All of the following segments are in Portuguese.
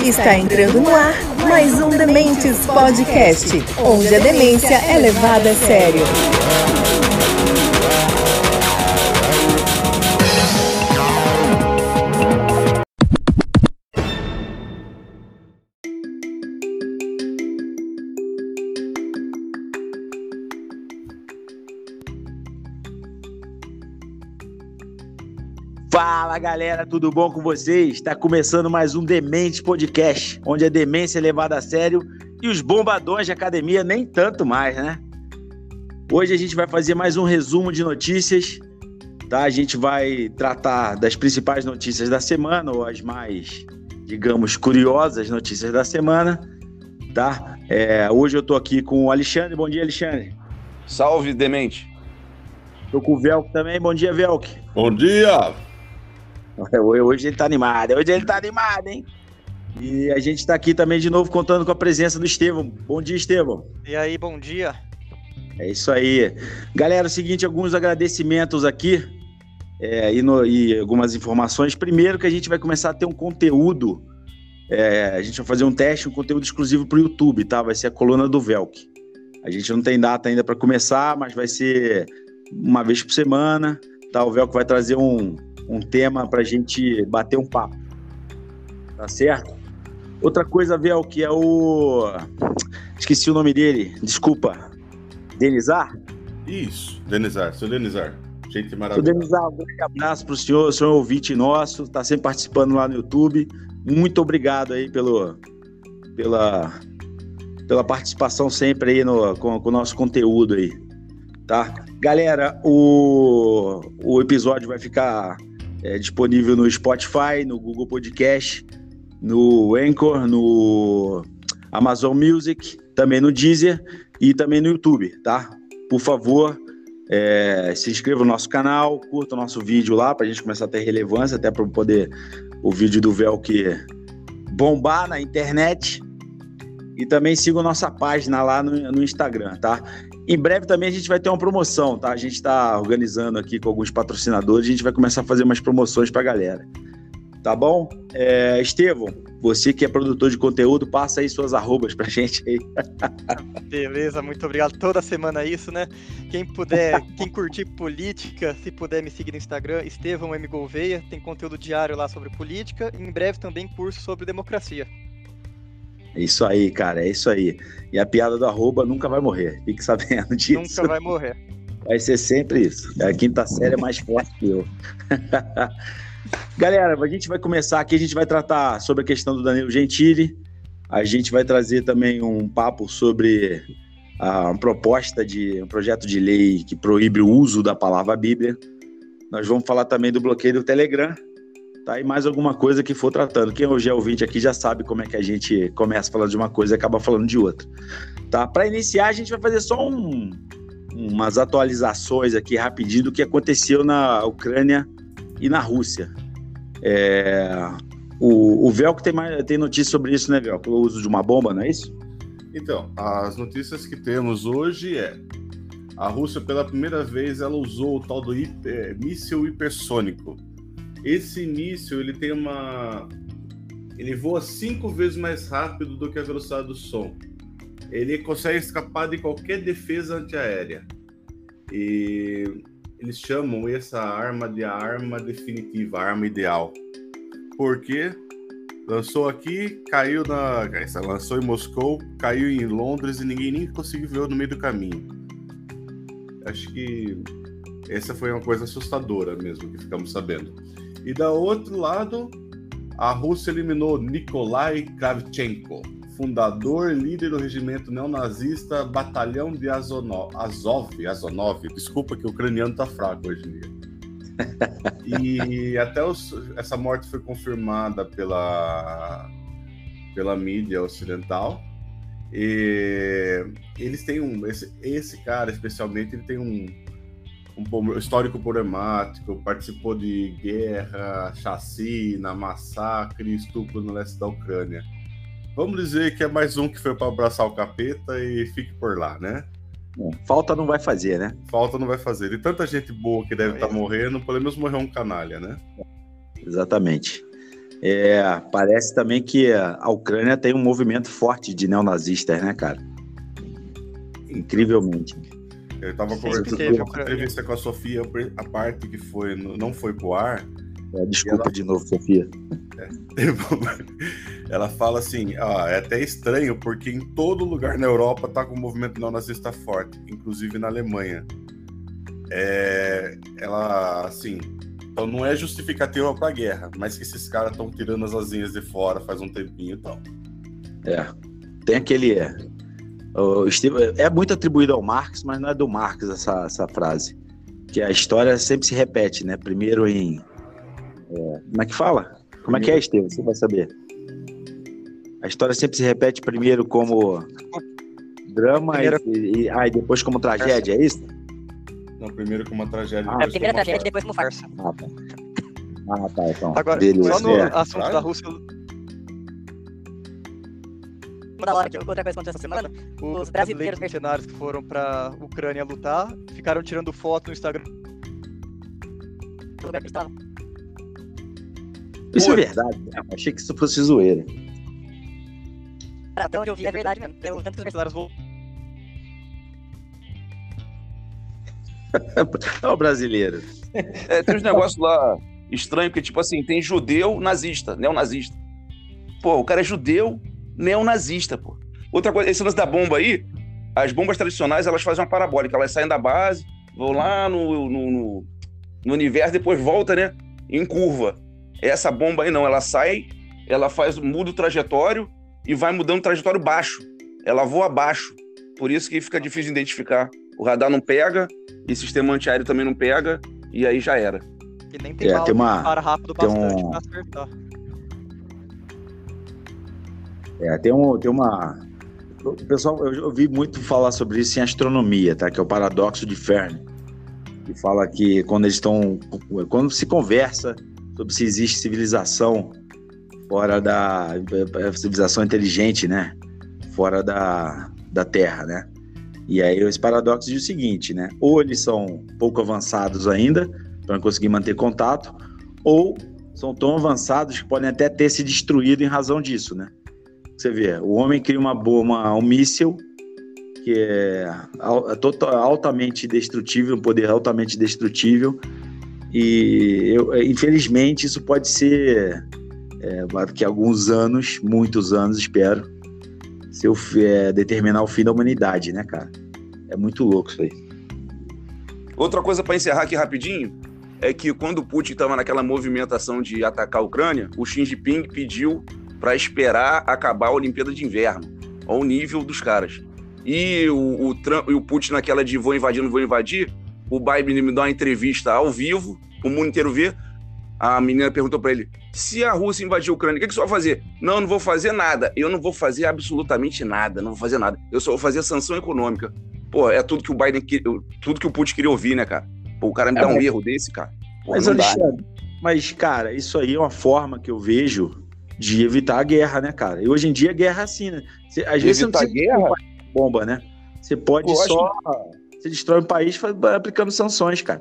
Está entrando no ar mais um Dementes Podcast, onde a demência é levada a sério. Fala galera, tudo bom com vocês? Está começando mais um Dementes Podcast, onde a demência é levada a sério e os bombadões de academia nem tanto mais, né? Hoje a gente vai fazer mais um resumo de notícias, tá? A gente vai tratar das principais notícias da semana, ou as mais, digamos, curiosas notícias da semana, tá? Hoje eu tô aqui com o Alexandre. Bom dia, Alexandre. Salve, Demente. Tô com o Velk também. Bom dia, Velk. Bom dia! Hoje ele tá animado, hein? E a gente tá aqui também de novo contando com a presença do Estevão. Bom dia, Estevão. E aí, bom dia. É isso aí. Galera, é o seguinte, alguns agradecimentos aqui e algumas informações. Primeiro que a gente vai começar a ter um conteúdo, a gente vai fazer um teste, um conteúdo exclusivo pro YouTube, tá? Vai ser a coluna do Velk. A gente não tem data ainda para começar, mas vai ser uma vez por semana, tá? O Velk vai trazer um tema pra gente bater um papo, tá certo? Outra coisa, Velk, é esqueci o nome dele, desculpa, Denizar? Isso, Denizar, seu Denizar, gente Seu maravilhosa. Denizar, um grande abraço pro senhor, é um ouvinte nosso, tá sempre participando lá no YouTube, muito obrigado aí pela participação sempre aí com o nosso conteúdo aí, tá? Galera, o episódio vai ficar disponível no Spotify, no Google Podcast, no Anchor, no Amazon Music, também no Deezer e também no YouTube, tá? Por favor, se inscreva no nosso canal, curta o nosso vídeo lá pra gente começar a ter relevância, até para poder o vídeo do Velk bombar na internet. E também sigam nossa página lá no Instagram, tá? Em breve também a gente vai ter uma promoção, tá? A gente está organizando aqui com alguns patrocinadores, a gente vai começar a fazer umas promoções pra galera. Tá bom? Estevão, você que é produtor de conteúdo, passa aí suas arrobas pra gente aí. Beleza, muito obrigado. Toda semana é isso, né? Quem curtir política, se puder me seguir no Instagram, Estevão M. Gouveia, tem conteúdo diário lá sobre política e em breve também curso sobre democracia. É isso aí, cara, é isso aí. E a piada do arroba nunca vai morrer, fique sabendo disso. Nunca vai morrer. Vai ser sempre isso. A quinta série é mais forte que eu. Galera, a gente vai começar aqui, a gente vai tratar sobre a questão do Danilo Gentili, a gente vai trazer também um papo sobre uma proposta um projeto de lei que proíbe o uso da palavra Bíblia. Nós vamos falar também do bloqueio do Telegram, tá? E mais alguma coisa que for tratando. Quem hoje é ouvinte aqui já sabe como é que a gente começa falando de uma coisa e acaba falando de outra, tá? Para iniciar, a gente vai fazer só umas atualizações aqui rapidinho do que aconteceu na Ucrânia e na Rússia. O Velk tem notícia sobre isso, né, Velk? O uso de uma bomba, não é isso? Então, as notícias que temos hoje a Rússia, pela primeira vez, ela usou o tal do míssil hipersônico. Esse míssil, ele voa 5 vezes mais rápido do que a velocidade do som. Ele consegue escapar de qualquer defesa antiaérea. E eles chamam essa arma de a arma definitiva, a arma ideal. Porque lançou aqui, lançou em Moscou, caiu em Londres e ninguém nem conseguiu ver no meio do caminho. Acho que essa foi uma coisa assustadora mesmo, que ficamos sabendo. E do outro lado, a Rússia eliminou Nikolai Kravchenko, fundador e líder do regimento neonazista Batalhão de Azonov. Desculpa que o ucraniano tá fraco hoje em dia. E até essa morte foi confirmada pela mídia ocidental. E eles têm esse cara especialmente, ele tem um histórico problemático, participou de guerra, chacina, massacre, estupro no leste da Ucrânia. Vamos dizer que é mais um que foi para abraçar o capeta e fique por lá, né? Falta não vai fazer, né? Falta não vai fazer. E tanta gente boa que deve estar morrendo, pelo menos morrer um canalha, né? Exatamente. Parece também que a Ucrânia tem um movimento forte de neonazistas, né, cara? Incrivelmente. Eu estava conversando uma entrevista com a Sofia, a parte que não foi pro ar. Desculpa de novo, Sofia. Ela fala assim, é até estranho, porque em todo lugar na Europa tá com o movimento neonazista forte, inclusive na Alemanha. Ela, assim, então não é justificativa pra guerra, mas que esses caras estão tirando as asinhas de fora faz um tempinho e tal. Tem aquele... é muito atribuído ao Marx, mas não é do Marx essa frase. Que a história sempre se repete, né? Primeiro em... como é que fala? Como é que é, Estevam? Você vai saber. A história sempre se repete primeiro como drama e depois como tragédia, é isso? Não, primeiro como uma tragédia. A primeira tragédia, depois como farsa. Tá, então. Agora, só no assunto da Rússia... Outra coisa que aconteceu essa semana, os brasileiros mercenários que foram pra Ucrânia lutar ficaram tirando foto no Instagram. Isso é verdade, né? Achei que isso fosse zoeira. Até onde eu vi é verdade mesmo. Tanto que os mercenários vão... É o brasileiro. Tem uns negócios lá estranhos, porque, tipo assim, tem judeu nazista, neonazista. Pô, o cara é judeu neonazista, pô. Outra coisa, esse lance da bomba aí, as bombas tradicionais, elas fazem uma parabólica, elas saem da base, vão lá no universo, depois volta, né, em curva. Essa bomba aí não, ela sai, ela muda o trajetório e vai mudando o trajetório baixo. Ela voa abaixo, por isso que fica difícil de identificar. O radar não pega, e o sistema antiaéreo também não pega, e aí já era. E nem tem bala que para rápido bastante pra acertar. Tem uma... O pessoal, eu ouvi muito falar sobre isso em astronomia, tá? Que é o paradoxo de Fermi. Que fala que quando se conversa sobre se existe civilização fora da... civilização inteligente, né? Fora da Terra, né? E aí esse paradoxo diz o seguinte, né? Ou eles são pouco avançados ainda, para não conseguir manter contato, ou são tão avançados que podem até ter se destruído em razão disso, né? Você vê, o homem cria um míssil que é altamente destrutível, um poder altamente destrutível, e infelizmente isso pode ser, daqui a alguns anos, muitos anos, espero, determinar o fim da humanidade, né, cara? É muito louco isso aí. Outra coisa para encerrar aqui rapidinho, é que quando o Putin estava naquela movimentação de atacar a Ucrânia, o Xi Jinping pediu para esperar acabar a Olimpíada de Inverno, ao nível dos caras. E o Trump e o Putin naquela de vou invadir, não vou invadir, o Biden me dá uma entrevista ao vivo, o mundo inteiro vê, a menina perguntou para ele, se a Rússia invadir a Ucrânia, o que você vai fazer? Não vou fazer nada, eu não vou fazer absolutamente nada, não vou fazer nada, eu só vou fazer sanção econômica. Pô, é tudo que o Putin queria ouvir, né, cara? Pô, o cara me dá um erro desse, cara. Pô, mas, Alexandre, cara, isso aí é uma forma que eu vejo de evitar a guerra, né, cara? E hoje em dia a guerra é assim, né? Às vezes você não precisa guerra? Bomba, né? Você pode você destrói o país aplicando sanções, cara.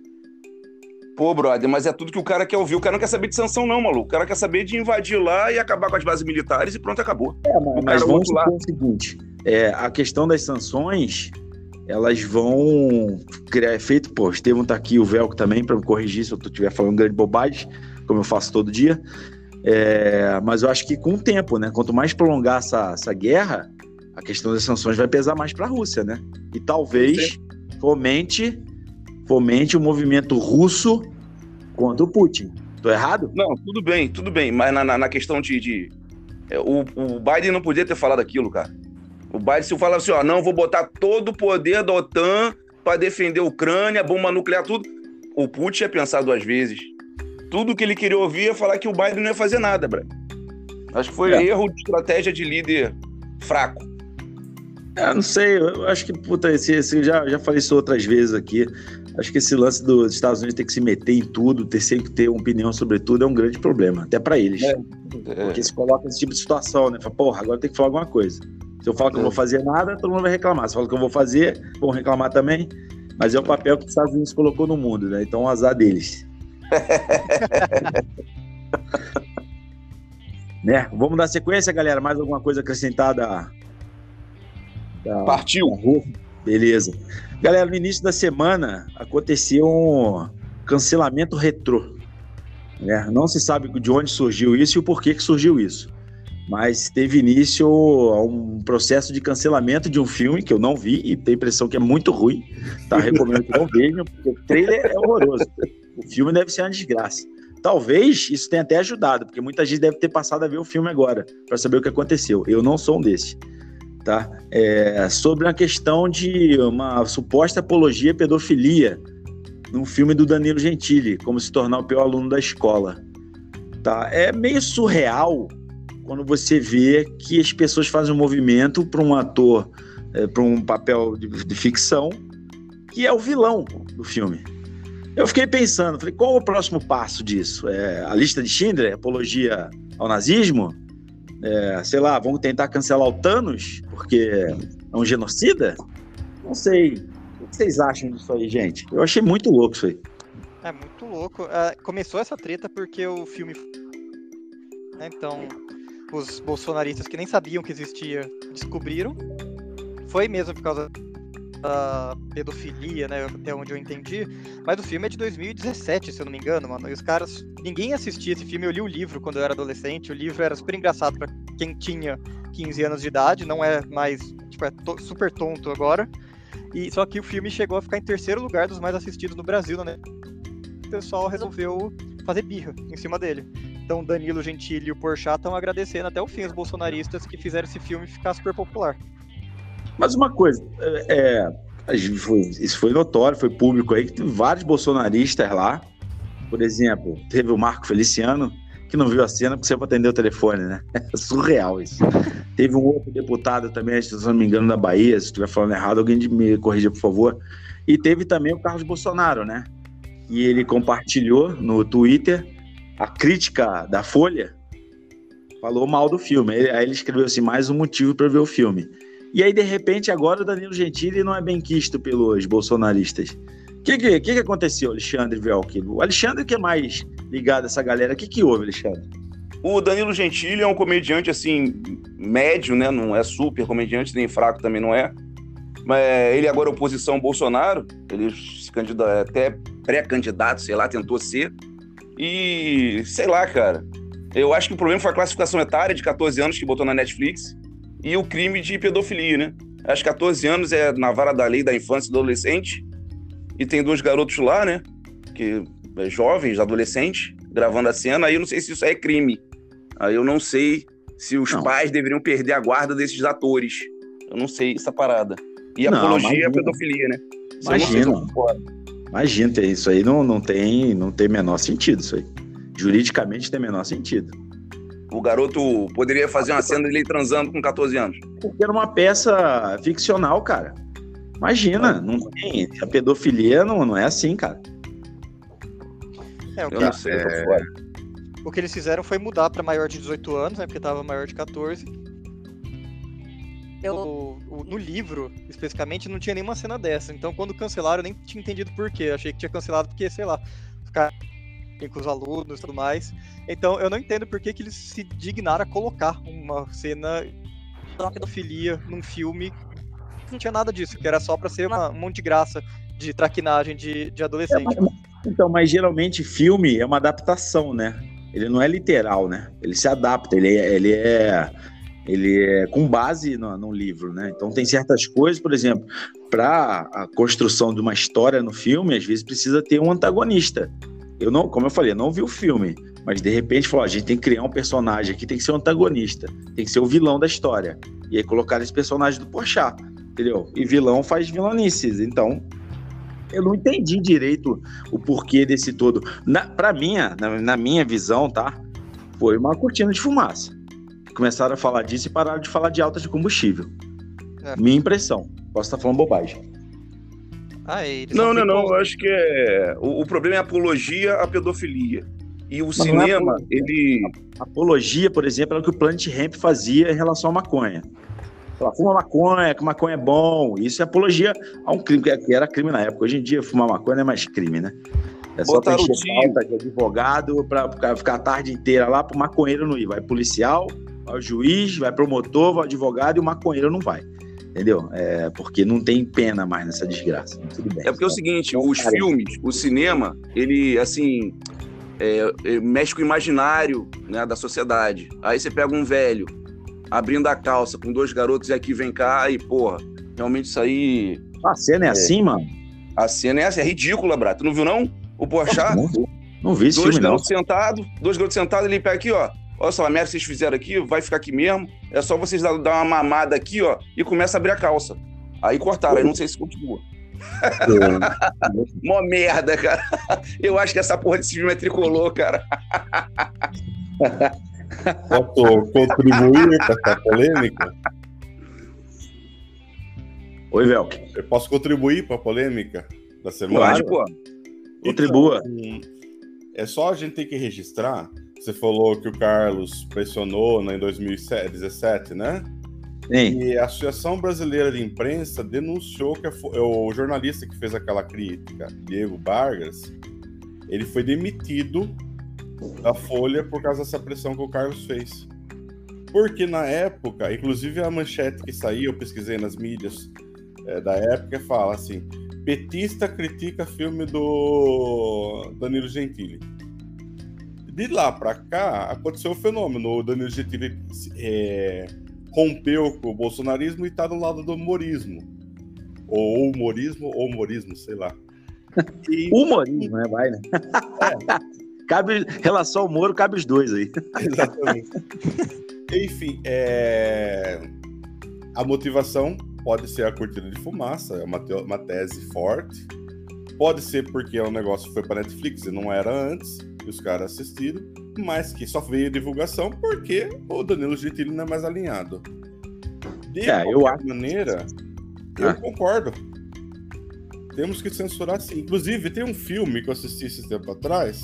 Pô, brother, mas é tudo que o cara quer ouvir. O cara não quer saber de sanção, não, maluco. O cara quer saber de invadir lá e acabar com as bases militares e pronto, acabou. Mas vamos supor o seguinte, a questão das sanções, elas vão criar efeito, o Estevam tá aqui, o Velco também, para me corrigir se eu estiver falando grande bobagem, como eu faço todo dia, mas eu acho que com o tempo, né, quanto mais prolongar essa guerra, a questão das sanções vai pesar mais para a Rússia, né, e talvez fomente o movimento russo contra o Putin. Tô errado? Não, tudo bem, mas na questão o Biden não podia ter falado aquilo, cara. O Biden, se eu falar assim, não, vou botar todo o poder da OTAN para defender a Ucrânia, bomba nuclear, tudo, o Putin ia pensar 2 vezes. Tudo que ele queria ouvir é falar que o Biden não ia fazer nada, Brad. Acho que foi erro de estratégia de líder fraco. Não sei, eu acho que, já falei isso outras vezes aqui, acho que esse lance dos Estados Unidos ter que se meter em tudo, sempre ter uma opinião sobre tudo é um grande problema, até para eles. Porque se coloca nesse tipo de situação, né? Fala, porra, agora tem que falar alguma coisa. Se eu falo que eu não vou fazer nada, todo mundo vai reclamar. Se eu falo que eu vou fazer, vão reclamar também. Mas é o papel que os Estados Unidos colocou no mundo, né? Então, o azar deles. Né? Vamos dar sequência, galera? Mais alguma coisa acrescentada? Partiu. Beleza. Galera, no início da semana aconteceu um cancelamento retrô. Né? Não se sabe de onde surgiu isso e o porquê que surgiu isso. Mas teve início a um processo de cancelamento de um filme que eu não vi e tenho a impressão que é muito ruim. Tá? Recomendo que não vejam, porque o trailer é horroroso. O filme deve ser uma desgraça. Talvez isso tenha até ajudado, porque muita gente deve ter passado a ver o filme agora, para saber o que aconteceu. Eu não sou um desses. Tá? Sobre a questão de uma suposta apologia à pedofilia num filme do Danilo Gentili, como se tornar o pior aluno da escola. Tá? É meio surreal quando você vê que as pessoas fazem um movimento para um ator, para um papel de ficção, que é o vilão do filme. Eu fiquei pensando, falei, qual é o próximo passo disso? A lista de Schindler? Apologia ao nazismo? Sei lá, vamos tentar cancelar o Thanos porque é um genocida? Não sei. O que vocês acham disso aí, gente? Eu achei muito louco isso aí. É muito louco. Começou essa treta porque o filme... Então, os bolsonaristas que nem sabiam que existia descobriram. Foi mesmo por causa da pedofilia, né? Até onde eu entendi. Mas o filme é de 2017, se eu não me engano, mano. E os caras... Ninguém assistia esse filme. Eu li o livro quando eu era adolescente. O livro era super engraçado pra quem tinha 15 anos de idade. Não é mais... Tipo, é super tonto agora. Só que o filme chegou a ficar em terceiro lugar dos mais assistidos no Brasil, né? O pessoal resolveu fazer birra em cima dele. Então Danilo Gentili e o Porchat estão agradecendo até o fim os bolsonaristas que fizeram esse filme ficar super popular. Mas uma coisa, isso foi notório, foi público aí, que teve vários bolsonaristas lá. Por exemplo, teve o Marco Feliciano, que não viu a cena porque você vai atender o telefone, né? É surreal isso. Teve um outro deputado também, se não me engano, da Bahia, se estiver falando errado, alguém me corrija, por favor. E teve também o Carlos Bolsonaro, né? E ele compartilhou no Twitter a crítica da Folha, falou mal do filme. Aí ele escreveu assim, mais um motivo para ver o filme. E aí, de repente, agora o Danilo Gentili não é bem quisto pelos bolsonaristas. O que aconteceu, Alexandre Velk? O Alexandre que é mais ligado a essa galera. O que houve, Alexandre? O Danilo Gentili é um comediante, assim, médio, né? Não é super comediante, nem fraco também não é. Mas ele agora é oposição ao Bolsonaro. Ele se candidatou, até pré-candidato, sei lá, tentou ser. E, sei lá, cara, eu acho que o problema foi a classificação etária de 14 anos que botou na Netflix e o crime de pedofilia, né? Acho que 14 anos é na vara da lei da infância e do adolescente e tem 2 garotos lá, né? Que jovens, adolescentes, gravando a cena. Aí eu não sei se isso aí é crime. Aí eu não sei se os pais deveriam perder a guarda desses atores. Eu não sei essa parada. E apologia à pedofilia, né? Imagina, isso aí não tem menor sentido, isso aí. Juridicamente tem menor sentido. O garoto poderia fazer uma cena dele transando com 14 anos. Porque era uma peça ficcional, cara. Imagina, não tem. A pedofilia não é assim, cara. Eu não sei, eu tô fora. O que eles fizeram foi mudar para maior de 18 anos, né? Porque tava maior de 14. No livro, especificamente, não tinha nenhuma cena dessa. Então, quando cancelaram, eu nem tinha entendido por quê. Eu achei que tinha cancelado porque, sei lá, os caras com os alunos e tudo mais. Então, eu não entendo por que eles se dignaram a colocar uma cena de pedofilia num filme. Não tinha nada disso, que era só pra ser um monte de graça de traquinagem de adolescente. Então, mas geralmente filme é uma adaptação, né? Ele não é literal, né? Ele se adapta, ele é com base no livro, né? Então tem certas coisas, por exemplo, para a construção de uma história no filme, às vezes precisa ter um antagonista. Como eu falei, eu não vi o filme, mas de repente falou, a gente tem que criar um personagem aqui, tem que ser um antagonista, tem que ser o vilão da história. E aí colocar esse personagem do Porchat, entendeu? E vilão faz vilanices, então eu não entendi direito o porquê desse todo. Na minha visão, tá? Foi uma cortina de fumaça. Começaram a falar disso e pararam de falar de altas de combustível. Minha impressão. Posso estar falando bobagem. Não. Eu acho que o problema é a apologia à pedofilia. E o cinema, ele... Apologia, por exemplo, é o que o Planet Hemp fazia em relação à maconha. Fuma maconha, que maconha é bom. Isso é apologia a um crime, que era crime na época. Hoje em dia, fumar maconha não é mais crime, né? É só pra Botaram o encher tio. pauta de advogado, pra ficar a tarde inteira lá, pro maconheiro não ir. Vai policial, vai o juiz, vai promotor, vai o advogado e o maconheiro não vai. Entendeu? Porque não tem pena mais nessa desgraça. Tudo bem. É porque é o seguinte, os filmes, o cinema, ele, assim, mexe com o imaginário, né, da sociedade. Aí você pega um velho abrindo a calça com 2 garotos e aqui vem cá e, porra, realmente isso aí... A cena é assim, mano? A cena é essa, é ridícula, Brato. Tu não viu, não? O Porchat? Não vi esse filme, não. 2 garotos sentados, ele pega aqui, ó. Olha só, a merda que vocês fizeram aqui, vai ficar aqui mesmo. É só vocês dar uma mamada aqui, ó, e começa a abrir a calça. Aí cortaram, aí não sei se continua. Mó merda, cara. Eu acho que essa porra desse filme é tricolor, cara. Posso contribuir com essa polêmica? Oi, Velk. Eu posso contribuir para a polêmica da semana? Claro, pô. Contribua. Então, é só a gente ter que registrar. Você falou que o Carlos pressionou em 2017, né? Sim. E a Associação Brasileira de Imprensa denunciou que o jornalista que fez aquela crítica, Diego Vargas, ele foi demitido da Folha por causa dessa pressão que o Carlos fez. Porque na época, inclusive a manchete que saiu, eu pesquisei nas mídias da época, fala assim: petista critica filme do Danilo Gentili. De lá pra cá, aconteceu o fenômeno. O Danilo Gentili rompeu com o bolsonarismo e tá do lado do humorismo. Ou humorismo, sei lá. Humorismo, né? Vai, né? Cabe, relação ao Moro, cabe os dois aí. Exatamente. Enfim, a motivação pode ser a cortina de fumaça, é uma tese forte. Pode ser porque o negócio foi para Netflix e não era antes, e os caras assistiram, mas que só veio divulgação porque o Danilo Gentili não é mais alinhado. De qualquer maneira, eu concordo. Temos que censurar sim. Inclusive, tem um filme que eu assisti esse tempo atrás,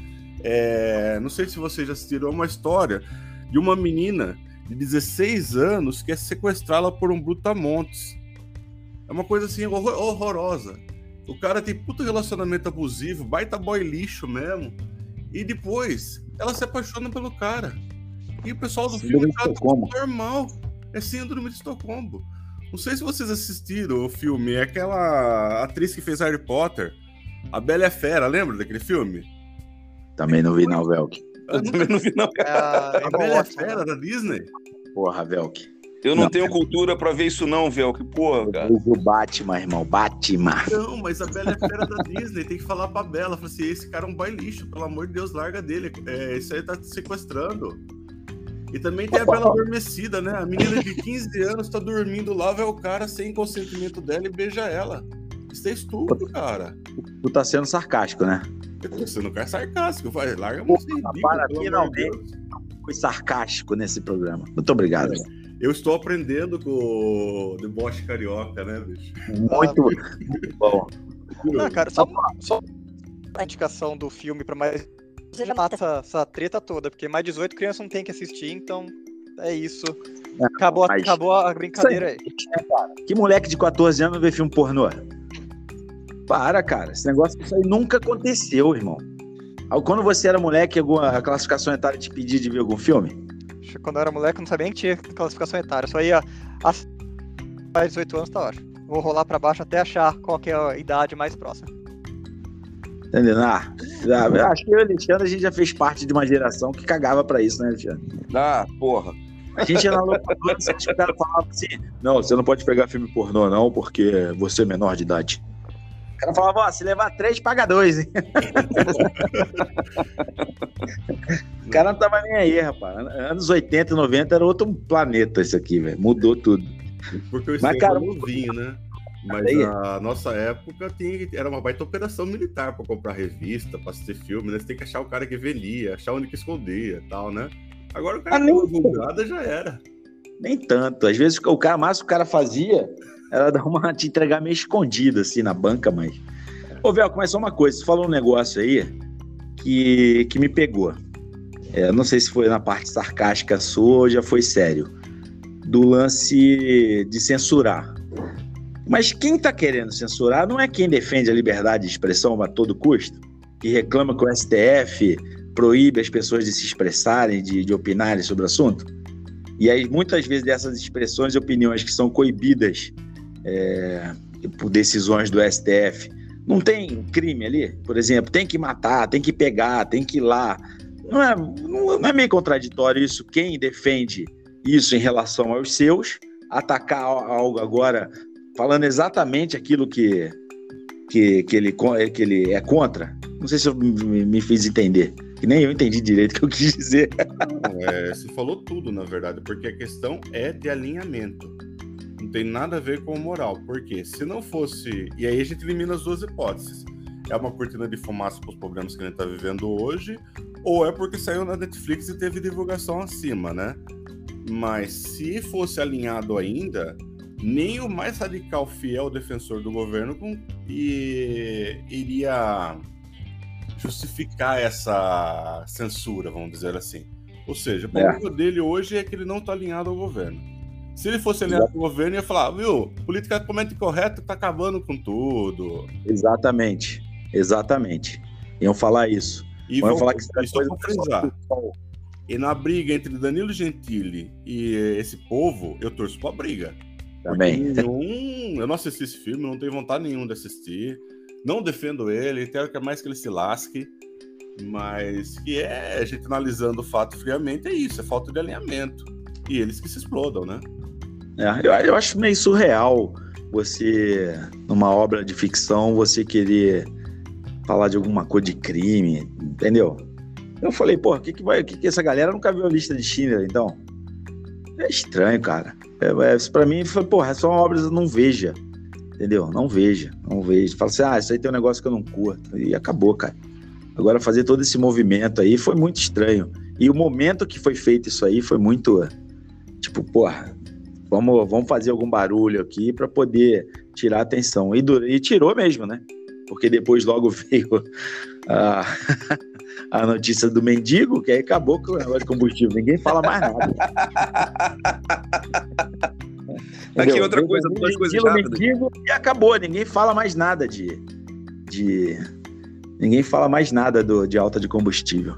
não sei se vocês já assistiram, é uma história de uma menina de 16 anos que é sequestrada por um brutamontes. É uma coisa assim horrorosa. O cara tem puto relacionamento abusivo, baita boy lixo mesmo. E depois, ela se apaixona pelo cara. E o pessoal do filme tá normal. É síndrome de Estocolmo. Não sei se vocês assistiram o filme. É aquela atriz que fez Harry Potter, a Bela e a Fera, lembra daquele filme? Também não vi não, Velk. Eu também não vi não, cara. A Bela e a Fera da Disney? Porra, Velk. Eu não tenho cultura pra ver isso não, Velk. Porra, cara. O Batman, irmão. Batman. Não, mas a Bela é a Fera da Disney. Tem que falar pra Bela. Fala assim, esse cara é um boy lixo. Pelo amor de Deus, larga dele. Isso aí tá te sequestrando. E também tem a Bela Adormecida, né? A menina de 15 anos tá dormindo lá, vai o cara sem consentimento dela e beija ela. Isso é estúpido, cara. Tu tá sendo sarcástico, né? Eu tô sendo um cara sarcástico. Vai, larga a moça ridícula, para, pelo amor de finalmente. Deus. Foi sarcástico nesse programa. Muito obrigado. Eu estou aprendendo com o deboche carioca, né, bicho? Muito bom. Não, cara, só a indicação do filme pra mais... Você já mata essa treta toda, porque mais 18 crianças não tem que assistir, então é isso. Acabou a brincadeira aí. Que moleque de 14 anos vê filme pornô? Para, cara. Esse negócio isso aí nunca aconteceu, irmão. Quando você era moleque, a classificação etária te pedia de ver algum filme? Quando eu era moleque, eu não sabia nem que tinha classificação etária. Só ia mais 18 anos, tá ótimo. Vou rolar pra baixo até achar qual que é a idade mais próxima. Entendeu? Acho que eu e o Alexandre, a gente já fez parte de uma geração que cagava pra isso, né, Alexandre? Porra. A gente ia na locadora, o cara falava assim, não, você não pode pegar filme pornô não, porque você é menor de idade. O cara falava, se levar 3, paga 2, hein? O cara não tava nem aí, rapaz. Anos 80 e 90 era outro planeta isso aqui, velho. Mudou tudo. Porque o Estevam é novinho, né? Mas a nossa época era uma baita operação militar pra comprar revista, pra assistir filme, né? Você tem que achar o cara que vendia, achar onde que escondia e tal, né? Agora o cara divulgada já era. Nem tanto. Às vezes o máximo que o cara fazia era te entregar meio escondido, assim, na banca, mas... Ô, Velco, mas só uma coisa. Você falou um negócio aí que me pegou. Não sei se foi na parte sarcástica sua ou já foi sério. Do lance de censurar. Mas quem tá querendo censurar não é quem defende a liberdade de expressão a todo custo? que reclama que o STF proíbe as pessoas de se expressarem, de opinarem sobre o assunto. E aí, muitas vezes, dessas expressões e opiniões que são coibidas por decisões do STF, não tem crime ali? Por exemplo, tem que matar, tem que pegar, tem que ir lá. Não é meio contraditório isso? Quem defende isso em relação aos seus, atacar algo agora, falando exatamente aquilo que ele é contra? Não sei se eu me fiz entender. Que nem eu entendi direito o que eu quis dizer. Você falou tudo, na verdade, porque a questão é de alinhamento. Não tem nada a ver com moral. Porque se não fosse... E aí a gente elimina as duas hipóteses. É uma cortina de fumaça para os problemas que a gente está vivendo hoje, ou é porque saiu na Netflix e teve divulgação acima, né? Mas se fosse alinhado ainda, nem o mais radical fiel defensor do governo iria justificar essa censura, vamos dizer assim. Ou seja, o problema dele hoje é que ele não está alinhado ao governo. Se ele fosse alinhado ao governo, ia falar, viu, politicamente correto tá acabando com tudo. Exatamente. Iam falar isso. E vão falar que e na briga entre Danilo Gentili e esse povo, eu torço pra briga. Também. Eu não assisti esse filme, não tenho vontade nenhuma de assistir. Não defendo ele, quero que mais que ele se lasque. Mas a gente analisando o fato friamente, é isso, é falta de alinhamento. E eles que se explodam, né? Eu acho meio surreal você, numa obra de ficção, você querer falar de alguma coisa de crime, entendeu? Eu falei, pô, que essa galera nunca viu a lista de Schindler, então? É estranho, cara. Pra mim, foi, porra, são obras, não veja, entendeu? Não veja. Fala assim, isso aí tem um negócio que eu não curto. E acabou, cara. Agora, fazer todo esse movimento aí foi muito estranho. E o momento que foi feito isso aí foi muito, tipo, porra, vamos fazer algum barulho aqui pra poder tirar a atenção. E tirou mesmo, né? Porque depois logo veio a notícia do mendigo, que aí acabou com o negócio de combustível. Ninguém fala mais nada. Aqui outra coisa, duas coisas rápidas. E acabou, ninguém fala mais nada ninguém fala mais nada de alta de combustível.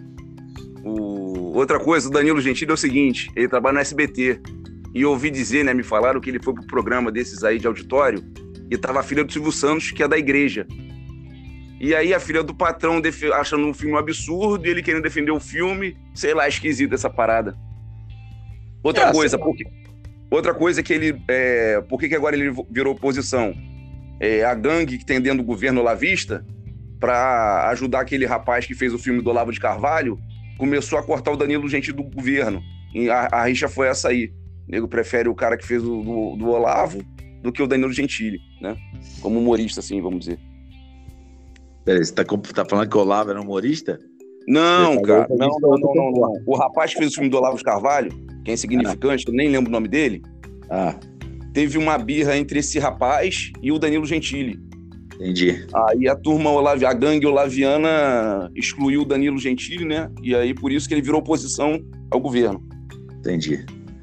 Outra coisa, o Danilo Gentili é o seguinte, ele trabalha no SBT, e eu ouvi dizer, né, me falaram que ele foi pro programa desses aí de auditório, e tava a filha do Silvio Santos, que é da igreja. E aí a filha do patrão achando um filme um absurdo, e ele querendo defender o filme, sei lá, esquisito essa parada. Outra coisa que ele... por que agora ele virou oposição? A gangue que tem dentro do governo Olavista, para ajudar aquele rapaz que fez o filme do Olavo de Carvalho, começou a cortar o Danilo Gentili do governo. E a rixa foi essa aí. O nego prefere o cara que fez do Olavo do que o Danilo Gentili, né? Como humorista, assim, vamos dizer. Peraí, você tá falando que o Olavo era humorista? Não, cara. Não. O rapaz que fez o filme do Olavo de Carvalho, que é insignificante, eu nem lembro o nome dele, teve uma birra entre esse rapaz e o Danilo Gentili. Entendi. Aí a gangue olaviana excluiu o Danilo Gentili, né? E aí por isso que ele virou oposição ao governo. Entendi.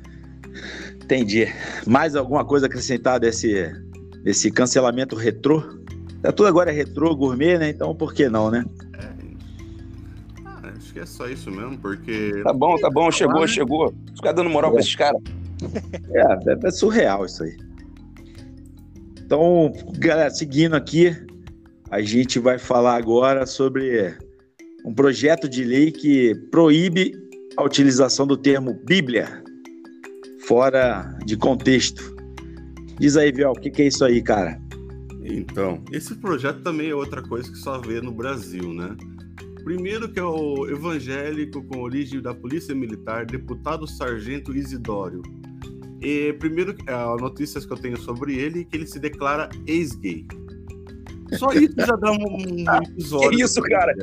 Mais alguma coisa a acrescentar desse cancelamento retrô? Tudo agora é retrô, gourmet, né? Então por que não, né? Acho que é só isso mesmo, porque... Tá bom, chegou. Ficar dando moral pra esses caras. É surreal isso aí. Então, galera, seguindo aqui, a gente vai falar agora sobre um projeto de lei que proíbe a utilização do termo Bíblia fora de contexto. Diz aí, Viel, o que é isso aí, cara? Então, esse projeto também é outra coisa que só vê no Brasil, né? Primeiro que é o evangélico com origem da Polícia Militar, deputado Sargento Isidório. E primeiro, as notícias que eu tenho sobre ele é que ele se declara ex-gay. Só isso já dá um episódio. Que isso, cara?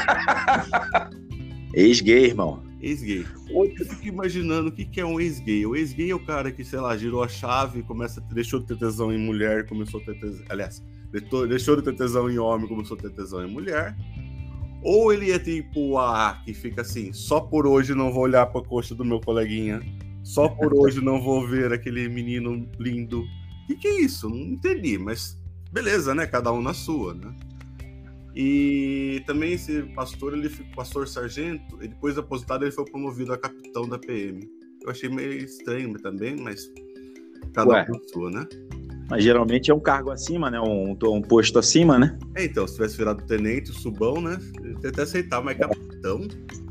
Ex-gay, irmão. Ex-gay. Eu fico imaginando o que é um ex-gay. O ex-gay é o cara que, sei lá, girou a chave, deixou de ter tesão em mulher, começou a ter tesão... Aliás, deixou de ter tesão em homem, começou a ter tesão em mulher. Ou ele é tipo que fica assim, só por hoje não vou olhar pra coxa do meu coleguinha. Só por hoje não vou ver aquele menino lindo. O que é isso? Não entendi, mas beleza, né? Cada um na sua, né? E também esse pastor, pastor sargento, e depois de aposentado ele foi promovido a capitão da PM. Eu achei meio estranho também, mas cada pessoa, né? Mas geralmente é um cargo acima, né? Um posto acima, né? Então, se tivesse virado tenente, subão, né? Eu ia até aceitar, mas capitão...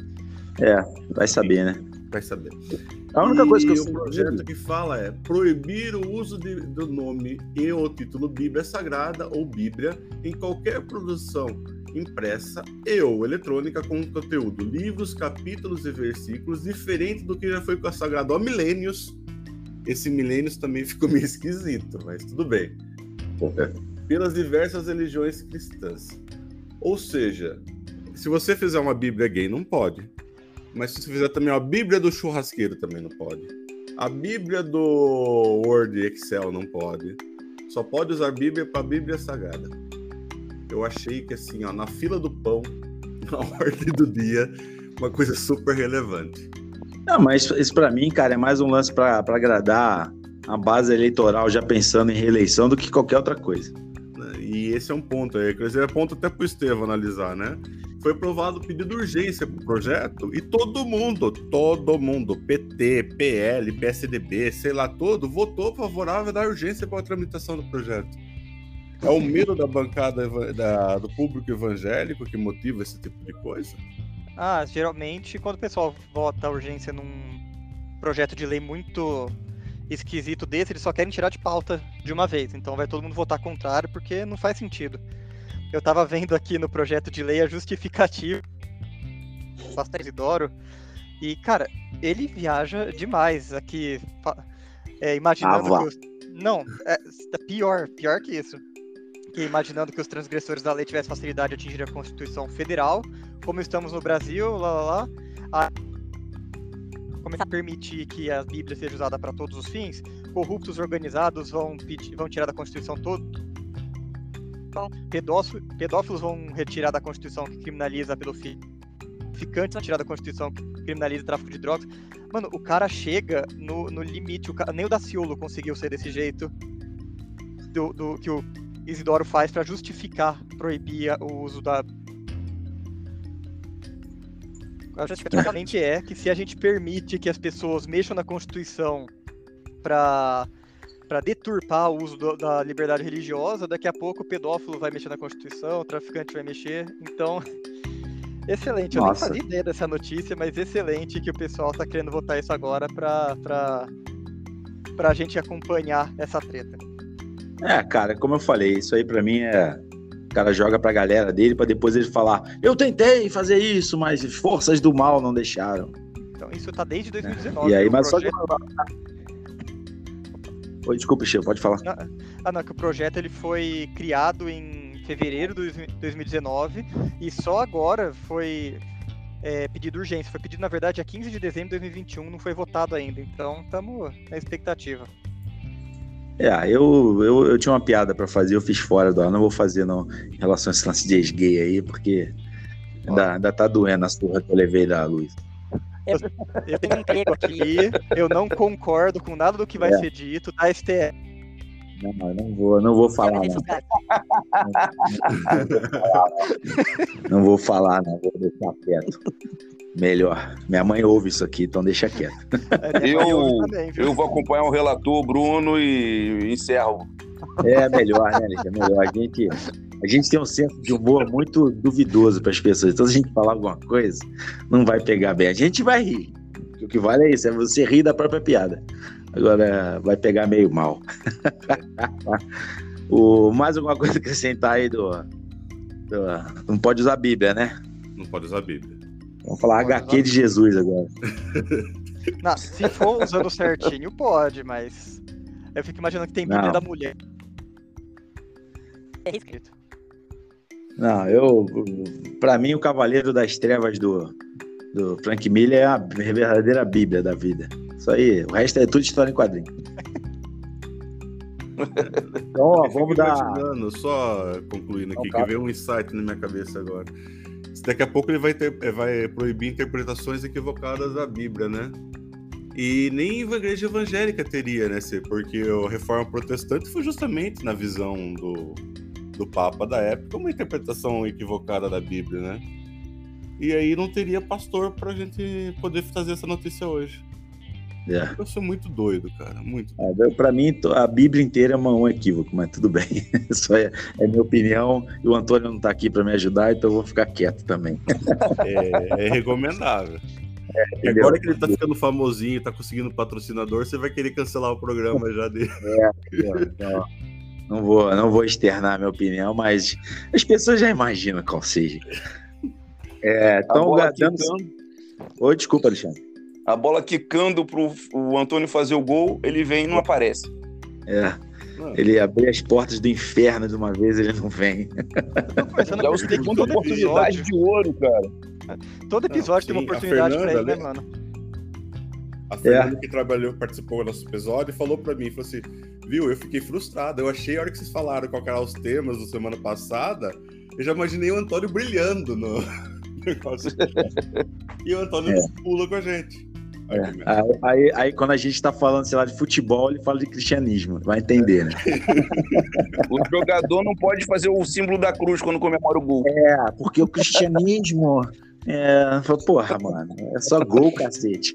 Vai saber, né? Vai saber. A única coisa que eu sei... O projeto que fala é proibir o uso do nome e o título Bíblia Sagrada ou Bíblia em qualquer produção impressa e ou eletrônica com conteúdo, livros, capítulos e versículos, diferente do que já foi consagrado há milênios. Esse milênios também ficou meio esquisito, mas tudo bem. Pelas diversas religiões cristãs. Ou seja, se você fizer uma Bíblia gay, não pode. Mas se você fizer também a Bíblia do churrasqueiro, também não pode. A Bíblia do Word e Excel não pode. Só pode usar a Bíblia para a Bíblia Sagrada. Eu achei que assim, ó, na fila do pão, na ordem do dia, uma coisa super relevante. Não, mas isso pra mim, cara, é mais um lance pra agradar a base eleitoral já pensando em reeleição do que qualquer outra coisa. E esse é um ponto aí, esse é ponto até pro Estevão analisar, né? Foi aprovado o pedido de urgência pro projeto e todo mundo, PT, PL, PSDB, sei lá, votou favorável da urgência para a tramitação do projeto. É o medo da bancada do público evangélico que motiva esse tipo de coisa? Geralmente, quando o pessoal vota a urgência num projeto de lei muito esquisito desse, eles só querem tirar de pauta de uma vez. Então vai todo mundo votar contrário, porque não faz sentido. Eu tava vendo aqui no projeto de lei a justificativa do pastor Isidoro, e, cara, ele viaja demais aqui, imaginando que Não, pior que isso. Que imaginando que os transgressores da lei tivessem facilidade de atingir a Constituição Federal, como estamos no Brasil, começar a permitir que a Bíblia seja usada para todos os fins, corruptos organizados vão tirar da Constituição todo. Pedófilos vão retirar da Constituição que criminaliza a pedofilia. Traficantes vão tirar da Constituição que criminaliza o tráfico de drogas. Mano, o cara chega no limite. Nem o Daciolo conseguiu ser desse jeito do que o Isidoro faz para justificar, proibir o uso da... A justificativa é que se a gente permite que as pessoas mexam na Constituição para deturpar o uso da liberdade religiosa, daqui a pouco o pedófilo vai mexer na Constituição, o traficante vai mexer. Então, excelente. Eu nem fazia ideia dessa notícia, mas excelente que o pessoal tá querendo votar isso agora pra gente acompanhar essa treta. Cara, como eu falei, isso aí pra mim o cara joga pra galera dele pra depois ele falar: eu tentei fazer isso, mas forças do mal não deixaram. Então isso tá desde 2019. E aí, mas projeto... só Oi, desculpa, Chico, pode falar. Não, que o projeto ele foi criado em fevereiro de 2019 e só agora foi pedido urgência. Foi pedido, na verdade, a 15 de dezembro de 2021, não foi votado ainda. Então, estamos na expectativa. Eu tinha uma piada pra fazer, eu fiz fora do ar. Não vou fazer não, em relação a esse lance de ex-gay aí, porque ainda tá doendo a surra que eu levei da Luiz. Eu tenho um emprego aqui, eu não concordo com nada do que vai ser dito da STF. Não vou falar, não vou falar, não. Vou deixar quieto. Melhor. Minha mãe ouve isso aqui, então deixa quieto. Eu vou acompanhar o relator, Bruno, e encerro. Melhor, né, Lígia? Melhor. A gente tem um senso de humor muito duvidoso para as pessoas. Então, se a gente falar alguma coisa, não vai pegar bem. A gente vai rir. O que vale é isso, é você rir da própria piada. Agora, vai pegar meio mal. Mais alguma coisa que acrescentar aí não pode usar a Bíblia, né? Não pode usar a Bíblia. Vamos falar HQ de Jesus agora. Não, se for usando certinho, pode, mas eu fico imaginando que tem Bíblia da mulher. É escrito. Não, pra mim, o Cavaleiro das Trevas do Frank Miller é a verdadeira Bíblia da vida. Isso aí, o resto é tudo história em quadrinho. Então, vamos dar... Só concluindo aqui, que veio um insight na minha cabeça agora. Daqui a pouco ele vai proibir interpretações equivocadas da Bíblia, né? E nem a igreja evangélica teria, né? Porque a reforma protestante foi justamente na visão do Papa da época uma interpretação equivocada da Bíblia, né? E aí não teria pastor pra gente poder fazer essa notícia hoje. Eu sou muito doido, cara, muito doido. Pra mim, a Bíblia inteira é um equívoco, mas tudo bem. Isso é minha opinião, e o Antônio não tá aqui pra me ajudar, então eu vou ficar quieto também. É recomendável. E agora que ele tá ficando famosinho, tá conseguindo patrocinador, você vai querer cancelar o programa já dele. Não vou externar minha opinião, mas as pessoas já imaginam qual seja. Então, Oi, desculpa, Alexandre. A bola quicando pro o Antônio fazer o gol, ele vem e não aparece. Ele abriu as portas do inferno de uma vez, ele não vem. É a segunda oportunidade de ouro, cara. Todo episódio tem uma oportunidade pra ele, né, mano? A Fernanda que participou do nosso episódio, falou pra mim, falou assim, viu, eu fiquei frustrado, eu achei a hora que vocês falaram qual eram os temas da semana passada, eu já imaginei o Antônio brilhando no negócio. E o Antônio pula com a gente. Aí quando a gente tá falando, sei lá, de futebol, ele fala de cristianismo, vai entender, né? O jogador não pode fazer o símbolo da cruz quando comemora o gol. Porque o cristianismo... porra, mano, é só gol, cacete.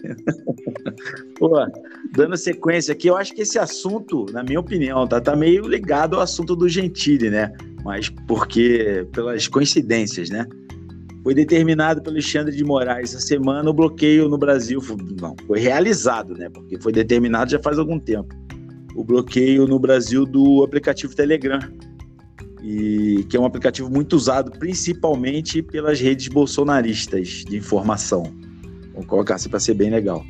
Dando sequência aqui, eu acho que esse assunto, na minha opinião, tá meio ligado ao assunto do Gentili, né? Mas porque, pelas coincidências, né? Foi determinado pelo Alexandre de Moraes essa semana o bloqueio no Brasil. Foi realizado, né? Porque foi determinado já faz algum tempo. O bloqueio no Brasil do aplicativo Telegram, que é um aplicativo muito usado principalmente pelas redes bolsonaristas de informação. Vamos colocar assim para ser bem legal.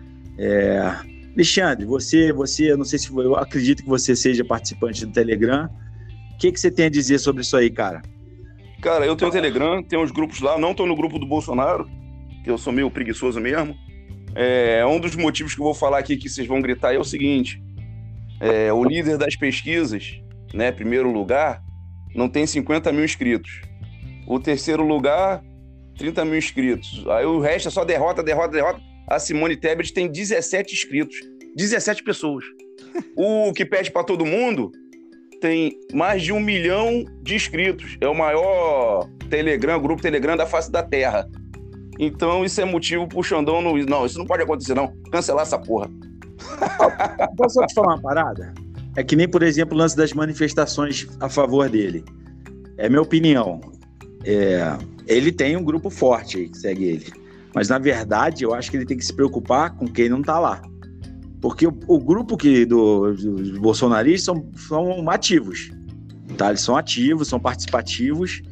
Alexandre, você, eu não sei se eu acredito que você seja participante do Telegram. O que você tem a dizer sobre isso aí, cara? Cara, eu tenho o Telegram, tenho uns grupos lá, não tô no grupo do Bolsonaro, que eu sou meio preguiçoso mesmo. Um dos motivos que eu vou falar aqui que vocês vão gritar é o seguinte: o líder das pesquisas, né, primeiro lugar, não tem 50 mil inscritos. O terceiro lugar, 30 mil inscritos. Aí o resto é só derrota. A Simone Tebet tem 17 inscritos. 17 pessoas. O que pede pra todo mundo tem mais de 1 milhão de inscritos. É o maior grupo Telegram da face da Terra. Então isso é motivo pro Xandão não, isso não pode acontecer não. Cancelar essa porra. Posso só te falar uma parada? É que nem, por exemplo, o lance das manifestações a favor dele. É minha opinião. Ele tem um grupo forte aí que segue ele. Mas, na verdade, eu acho que ele tem que se preocupar com quem não tá lá. Porque o grupo dos bolsonaristas são ativos. Tá? Eles são ativos, são participativos.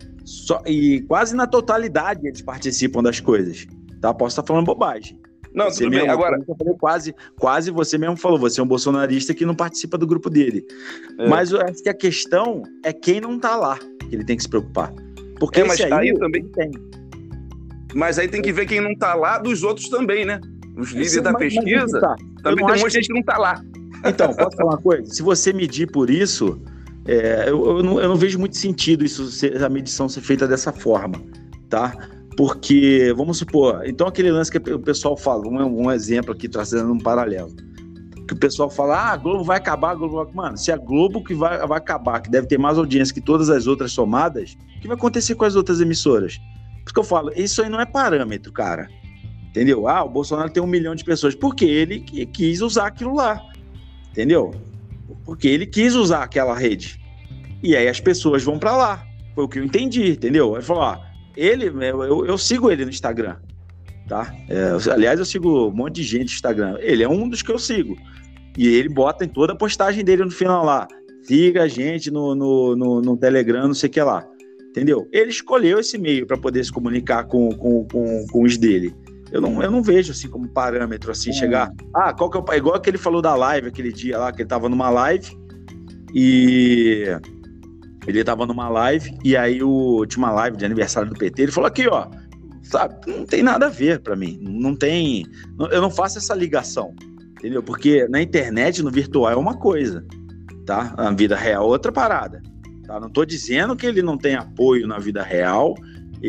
E quase na totalidade eles participam das coisas. Tá? Posso estar falando bobagem. Não, tudo bem, agora... Quase você mesmo falou, você é um bolsonarista que não participa do grupo dele. Mas eu acho que a questão é quem não tá lá, que ele tem que se preocupar. Porque mas aí também tem. Mas aí tem que ver quem não tá lá dos outros também, né? Os líderes da pesquisa, também tem um monte de gente que não tá lá. Então, posso falar uma coisa? Se você medir por isso, eu não vejo muito sentido a medição ser feita dessa forma, tá? Porque, vamos supor, então aquele lance que o pessoal fala, um exemplo aqui, trazendo um paralelo, que o pessoal fala, a Globo vai acabar, Mano, se a Globo que vai acabar, que deve ter mais audiência que todas as outras somadas, o que vai acontecer com as outras emissoras? Por isso que eu falo, isso aí não é parâmetro, cara. Entendeu? O Bolsonaro tem 1 milhão de pessoas, porque ele quis usar aquilo lá. Entendeu? Porque ele quis usar aquela rede. E aí as pessoas vão pra lá. Foi o que eu entendi, entendeu? Ele falou, eu sigo ele no Instagram, tá? Aliás, eu sigo um monte de gente no Instagram. Ele é um dos que eu sigo. E ele bota em toda a postagem dele no final lá. Siga a gente no Telegram, não sei o que lá. Entendeu? Ele escolheu esse meio para poder se comunicar com os dele. Eu não vejo assim como parâmetro, assim, chegar... qual que é igual que ele falou da live, aquele dia lá, que ele tava numa live, e... Ele tava numa live, e aí tinha uma live de aniversário do PT, ele falou aqui, ó, sabe, não tem nada a ver pra mim, eu não faço essa ligação, entendeu? Porque na internet, no virtual é uma coisa, tá? Na vida real é outra parada, tá? Não tô dizendo que ele não tem apoio na vida real e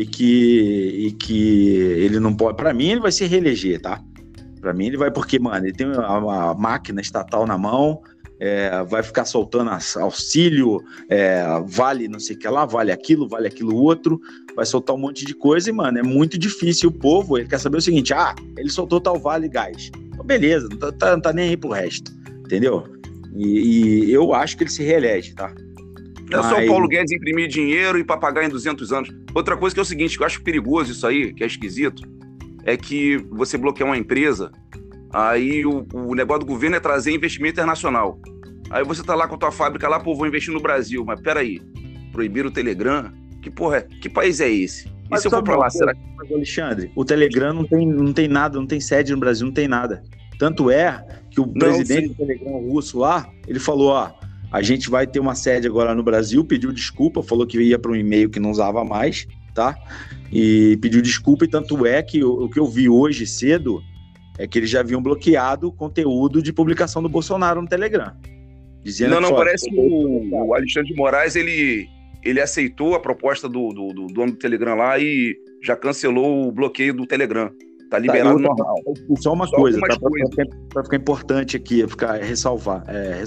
que ele não pode, pra mim ele vai se reeleger, tá? Pra mim ele vai, porque, mano, ele tem a máquina estatal na mão, vai ficar soltando auxílio, vale não sei o que lá, vale aquilo outro, vai soltar um monte de coisa e, mano, é muito difícil. O povo, ele quer saber o seguinte: ele soltou tal Vale Gás. Então, beleza, não tá nem aí pro resto, entendeu? E eu acho que ele se reelege, tá? Não é só o Paulo Guedes imprimir dinheiro e pagar em 200 anos. Outra coisa que é o seguinte, que eu acho perigoso isso aí, que é esquisito, é que você bloqueia uma empresa, aí o negócio do governo é trazer investimento internacional. Aí você tá lá com a tua fábrica lá, pô, vou investir no Brasil, mas peraí, proibiram o Telegram? Que porra que país é esse? Mas e se eu for pra lá, será que... Alexandre, o Telegram não tem nada, não tem sede no Brasil, não tem nada. Tanto é que o presidente do Telegram russo lá, ele falou, a gente vai ter uma sede agora no Brasil, pediu desculpa, falou que ia para um e-mail que não usava mais, tá? E pediu desculpa, e tanto é que o que eu vi hoje cedo é que eles já haviam bloqueado o conteúdo de publicação do Bolsonaro no Telegram. Dizendo parece que o Alexandre de Moraes, ele aceitou a proposta do dono do Telegram lá e já cancelou o bloqueio do Telegram. Tá liberado normal. Só uma coisa, tá? Pra ficar importante aqui, ressaltar.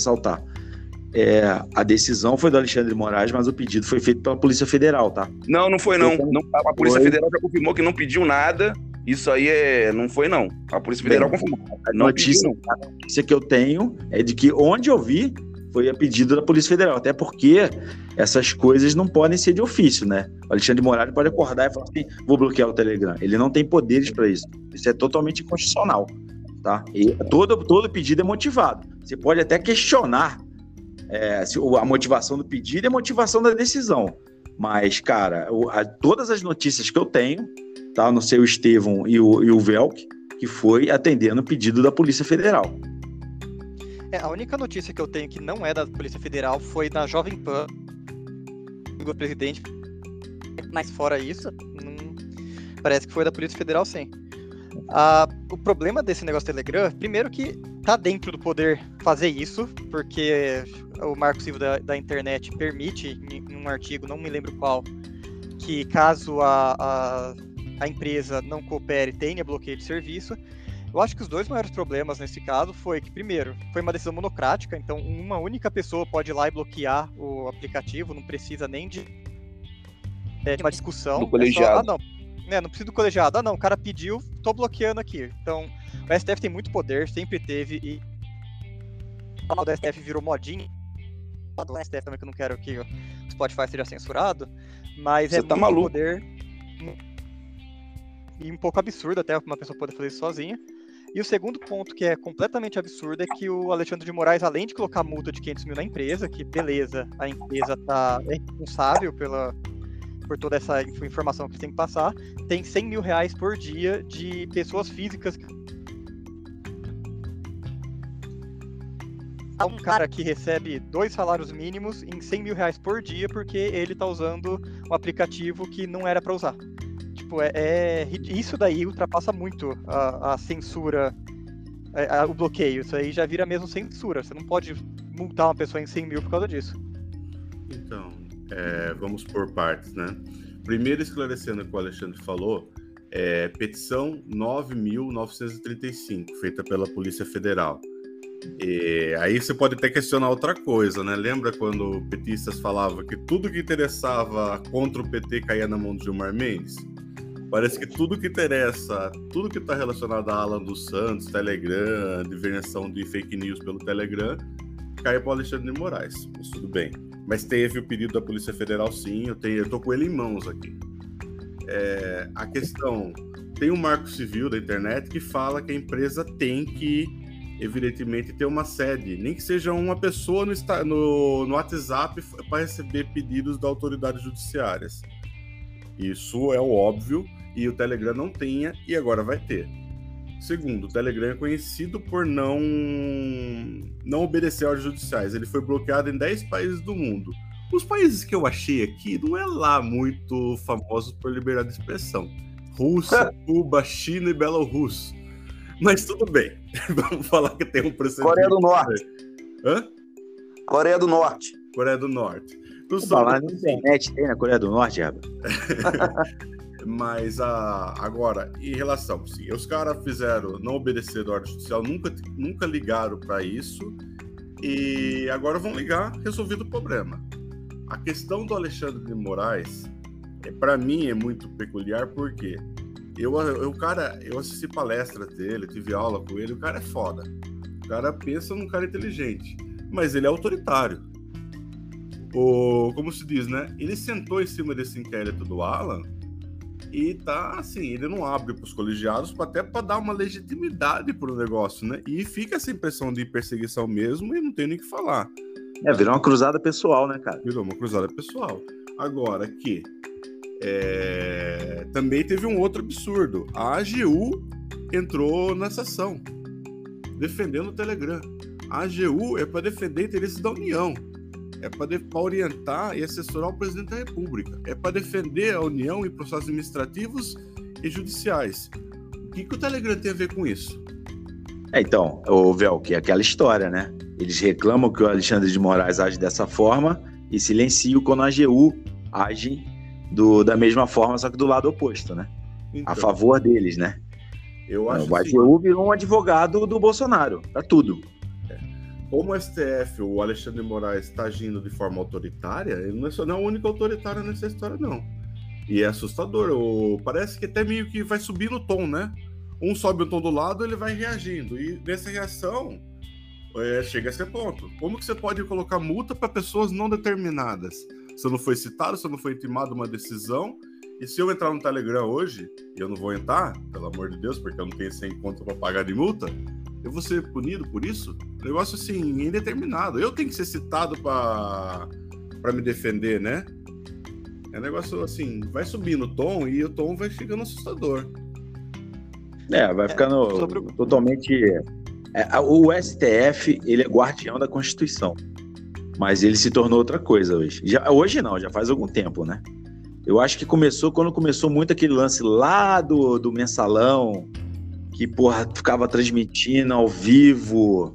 A decisão foi do Alexandre de Moraes, mas o pedido foi feito pela Polícia Federal, tá? Não foi não. A Polícia Federal já confirmou que não pediu nada. Isso aí não foi não. A Polícia Federal confirmou. A notícia que eu tenho é de que onde eu vi foi a pedido da Polícia Federal, até porque essas coisas não podem ser de ofício, né? O Alexandre de Moraes pode acordar e falar assim, vou bloquear o Telegram. Ele não tem poderes para isso. Isso é totalmente inconstitucional, tá? E todo pedido é motivado. Você pode até questionar a motivação do pedido e a motivação da decisão. Mas, cara, todas as notícias que eu tenho, tá? No seu Estevão e o Velk, que foi atendendo o pedido da Polícia Federal. A única notícia que eu tenho que não é da Polícia Federal foi na Jovem Pan, do presidente, mas fora isso, parece que foi da Polícia Federal, sim. O problema desse negócio do Telegram, primeiro que tá dentro do poder fazer isso, porque o Marco Civil da Internet permite, em um artigo, não me lembro qual, que caso a empresa não coopere, tenha bloqueio de serviço. Eu acho que os dois maiores problemas nesse caso foi que, primeiro, foi uma decisão monocrática, então uma única pessoa pode ir lá e bloquear o aplicativo, não precisa nem de uma discussão. Do colegiado. Não precisa do colegiado. O cara pediu, tô bloqueando aqui. Então, o STF tem muito poder, sempre teve, e o canal do STF virou modinha. Do STF também, que eu não quero que o Spotify seja censurado, mas você tá muito maluco. Poder e um pouco absurdo até uma pessoa poder fazer isso sozinha. E o segundo ponto que é completamente absurdo é que o Alexandre de Moraes, além de colocar multa de 500 mil na empresa, que beleza, a empresa é responsável por toda essa informação que tem que passar, tem 100 mil reais por dia de pessoas físicas. Há um cara que recebe 2 salários mínimos em 100 mil reais por dia porque ele tá usando um aplicativo que não era para usar. Isso daí ultrapassa muito a censura, o bloqueio. Isso aí já vira mesmo censura. Você não pode multar uma pessoa em 100 mil por causa disso. Então, vamos por partes, né? Primeiro, esclarecendo o que o Alexandre falou, petição 9.935, feita pela Polícia Federal. E aí você pode até questionar outra coisa, né? Lembra quando petistas falavam que tudo que interessava contra o PT caía na mão do Gilmar Mendes? Parece que tudo que interessa, tudo que está relacionado a Alan dos Santos, Telegram, divulgação de fake news pelo Telegram, cai para o Alexandre de Moraes. Mas tudo bem. Mas teve o pedido da Polícia Federal, sim. Eu tô com ele em mãos aqui. A questão... Tem um marco civil da internet que fala que a empresa tem que, evidentemente, ter uma sede. Nem que seja uma pessoa no WhatsApp para receber pedidos das autoridades judiciárias. Isso é o óbvio. E o Telegram não tinha, e agora vai ter. Segundo, o Telegram é conhecido por não obedecer ordens judiciais. Ele foi bloqueado em 10 países do mundo. Os países que eu achei aqui não é lá muito famosos por liberdade de expressão. Rússia, Cuba, China e Belarus. Mas tudo bem. Vamos falar que tem um precedente. Coreia do Norte. Hã? Coreia do Norte. Coreia do Norte. Falar na internet tem na Coreia do Norte, Aba. Mas agora, em relação, sim, os caras não obedeceram a ordem judicial, nunca ligaram para isso, E agora vão ligar, resolvido o problema. A questão do Alexandre de Moraes, para mim, é muito peculiar, porque eu assisti palestras dele, tive aula com ele, o cara é foda. O cara pensa num cara inteligente, mas ele é autoritário. Como se diz, né? Ele sentou em cima desse inquérito do Alan e tá assim, ele não abre pros colegiados até para dar uma legitimidade pro negócio, né? E fica essa impressão de perseguição mesmo e não tem nem o que falar. Virou uma cruzada pessoal, né, cara? Virou uma cruzada pessoal. Agora que também teve um outro absurdo. A AGU entrou nessa ação, defendendo o Telegram. A AGU é para defender interesses da União. É para orientar e assessorar o presidente da República. É para defender a União em processos administrativos e judiciais. O que o Telegram tem a ver com isso? Então, Velk, é aquela história, né? Eles reclamam que o Alexandre de Moraes age dessa forma e silenciam quando a AGU age da mesma forma, só que do lado oposto, né? Então, a favor deles, né? Eu acho o AGU virou um advogado do Bolsonaro, pra tudo. Como o STF, o Alexandre de Moraes, está agindo de forma autoritária, ele não é o único autoritário nessa história, não. E é assustador. Parece que até meio que vai subir no tom, né? Um sobe o tom do lado, ele vai reagindo. E nessa reação, chega a ser ponto. Como que você pode colocar multa para pessoas não determinadas? Você não foi citado, você não foi intimado uma decisão. E se eu entrar no Telegram hoje, e eu não vou entrar, pelo amor de Deus, porque eu não tenho 100 conto para pagar de multa, eu vou ser punido por isso? Negócio assim, indeterminado. Eu tenho que ser citado para me defender, né? É um negócio assim, vai subindo o tom e o tom vai ficando assustador. Vai ficando totalmente... o STF, ele é guardião da Constituição. Mas ele se tornou outra coisa hoje. Hoje não, já faz algum tempo, né? Eu acho que quando começou muito aquele lance lá do mensalão, que, porra, ficava transmitindo ao vivo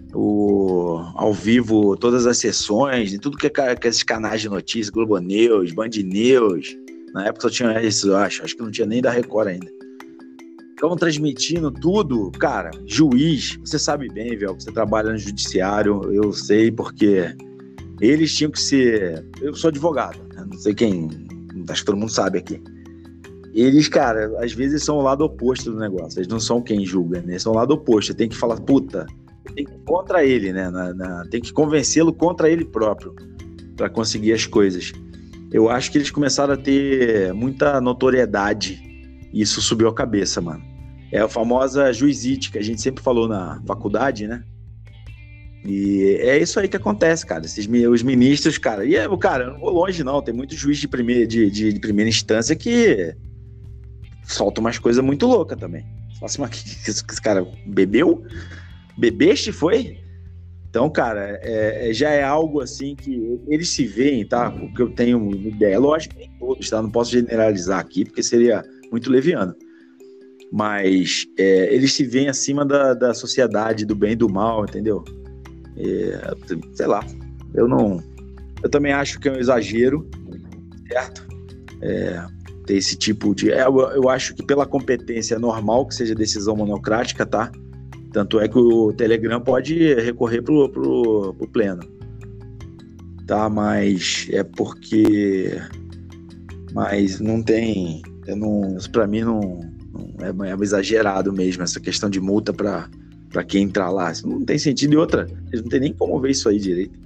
todas as sessões, de tudo que esses canais de notícias, Globo News, Band News, na época só tinha isso, eu acho que não tinha nem da Record ainda. Ficavam transmitindo tudo, cara, juiz, você sabe bem, velho, que você trabalha no judiciário, eu sei, porque eles tinham que ser... Eu sou advogado, né? Não sei quem, acho que todo mundo sabe aqui. Eles, cara, às vezes são o lado oposto do negócio. Eles não são quem julga, né? Eles são o lado oposto. Tem que falar, puta, tem que ir contra ele, né? Tem que convencê-lo contra ele próprio para conseguir as coisas. Eu acho que eles começaram a ter muita notoriedade e isso subiu a cabeça, mano. É a famosa juizite que a gente sempre falou na faculdade, né? E é isso aí que acontece, cara. Os ministros, cara... E, cara, eu não vou longe, não. Tem muito juiz de primeira instância que... solta umas coisas muito loucas também. Fala assim, mas esse cara bebeu? Bebeste, foi? Então, cara, já é algo assim que eles se veem, tá? Porque eu tenho uma ideia. Lógico que nem todos, tá? Não posso generalizar aqui, porque seria muito leviano. Mas eles se veem acima da sociedade, do bem e do mal, entendeu? Sei lá. Eu também acho que é um exagero, certo? Ter esse tipo de... eu acho que pela competência é normal que seja decisão monocrática, tá? Tanto é que o Telegram pode recorrer pro pleno. Tá? Mas é porque... Mas não tem... Isso pra mim não é exagerado mesmo, essa questão de multa pra quem entrar lá. Isso não tem sentido. E outra, eles não tem nem como ver isso aí direito.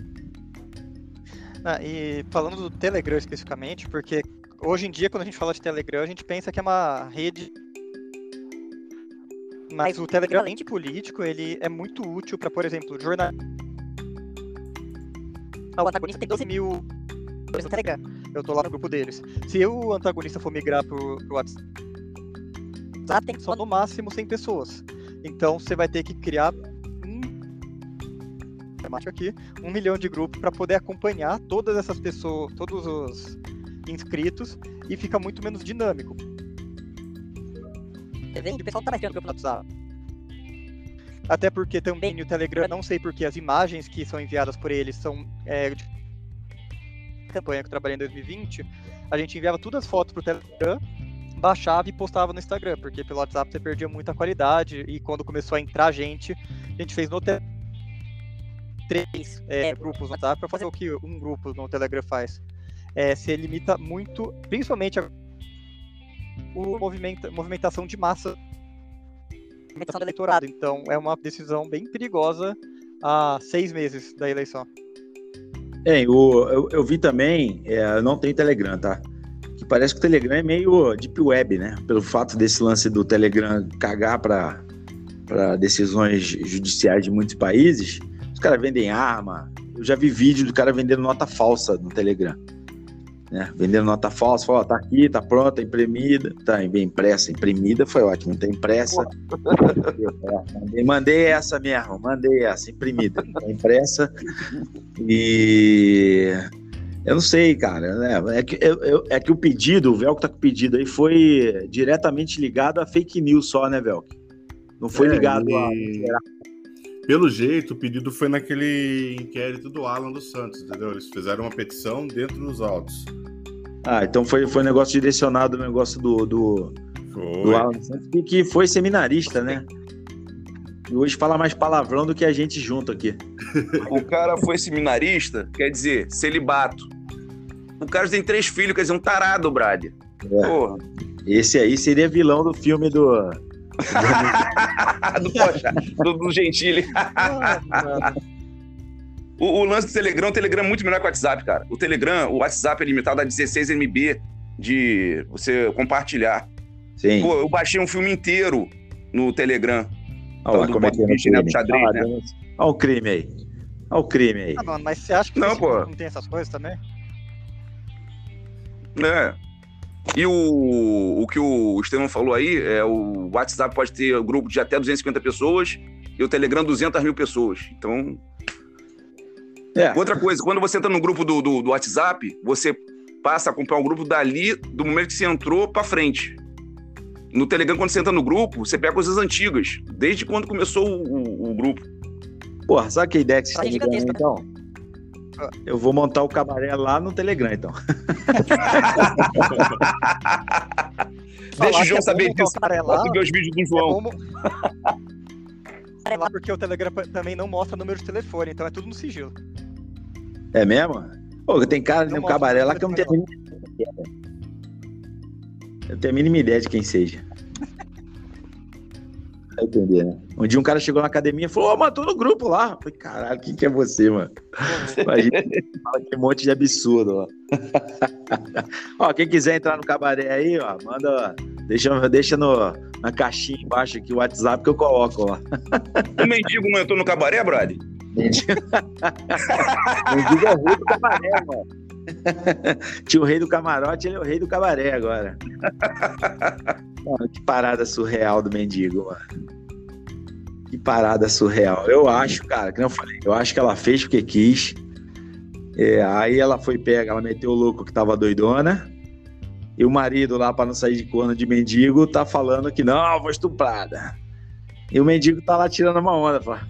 E falando do Telegram especificamente, porque hoje em dia, quando a gente fala de Telegram, a gente pensa que é uma rede... Mas o Telegram, além de político, ele é muito útil para, por exemplo, jornal... O antagonista tem 12 mil no Telegram. Eu tô lá no grupo deles. Se o antagonista for migrar pro WhatsApp, tem só no máximo 100 pessoas. Então você vai ter que criar 1 milhão de grupos para poder acompanhar todas essas pessoas, todos os inscritos, e fica muito menos dinâmico. O pessoal tá mais criando grupo no WhatsApp. Até porque também no Telegram, não sei porque as imagens que são enviadas por eles são de campanha que eu trabalhei em 2020, a gente enviava todas as fotos pro Telegram, baixava e postava no Instagram, porque pelo WhatsApp você perdia muita qualidade, e quando começou a entrar gente, a gente fez no Telegram 3 grupos no WhatsApp para fazer o que um grupo no Telegram faz. Se limita muito, principalmente a movimentação de massa, movimentação do eleitorado. Então, é uma decisão bem perigosa há 6 meses da eleição. Eu vi também, não tem Telegram, tá? Que parece que o Telegram é meio deep web, né? Pelo fato desse lance do Telegram cagar para decisões judiciais de muitos países, os caras vendem arma. Eu já vi vídeo do cara vendendo nota falsa no Telegram. Né? Vendendo nota falsa, fala, tá aqui, tá pronta, imprimida, tá bem impressa, imprimida, foi ótimo, tá impressa. Mandei essa mesmo, imprimida, tá impressa. E eu não sei, cara, né? É que o pedido, o Velco tá com o pedido aí, foi diretamente ligado a fake news só, né, Velco? Não foi ligado a... Pelo jeito, o pedido foi naquele inquérito do Alan dos Santos, entendeu? Eles fizeram uma petição dentro dos autos. Então foi um negócio direcionado, o negócio do Alan dos Santos, que foi seminarista, né? E hoje fala mais palavrão do que a gente junto aqui. O cara foi seminarista, quer dizer, celibato. O cara tem 3 filhos, quer dizer, um tarado, Brad. Porra. Esse aí seria vilão do filme do do Gentili. O lance do Telegram, o Telegram é muito melhor que o WhatsApp, cara. O WhatsApp é limitado a 16 MB de você compartilhar. Sim. Pô, eu baixei um filme inteiro no Telegram. Olha lá como é que é no crime. Xadrez, né? Olha o crime aí. Mano, mas você acha que não tem essas coisas também? E o que o Estevão falou aí, o WhatsApp pode ter um grupo de até 250 pessoas e o Telegram 200 mil pessoas. Então... Outra coisa, quando você entra no grupo do WhatsApp, você passa a acompanhar o grupo dali, do momento que você entrou pra frente. No Telegram, quando você entra no grupo, você pega coisas antigas, desde quando começou o grupo. Porra, sabe que ideia que você É está me dando, então? Eu vou montar o cabaré lá no Telegram, então. Deixa o João saber disso. Posso ver os vídeos do João. É lá porque o Telegram também não mostra número de telefone, então é tudo no sigilo. É mesmo? Pô, tem cara no cabaré lá que eu não tenho a mínima ideia. Eu tenho a mínima ideia de quem seja. Vai entender, né? Um dia um cara chegou na academia e falou, mano, tô no grupo lá. Eu falei, caralho, quem que é você, mano? Imagina, fala que um monte de absurdo, ó. Ó, quem quiser entrar no cabaré aí, ó, manda, deixa na caixinha embaixo aqui o WhatsApp que eu coloco, ó. O mendigo não entrou no cabaré, Brad? Mendigo é o rei do cabaré, mano. Tinha o rei do camarote, ele é o rei do cabaré agora. Mano, que parada surreal do mendigo, mano. Que parada surreal. Eu acho, cara, que não falei, eu acho que ela fez porque quis. Aí ela foi pega, ela meteu o louco que tava doidona. E o marido lá, pra não sair de corno de mendigo, tá falando que não, vou estuprada. E o mendigo tá lá tirando uma onda, fala,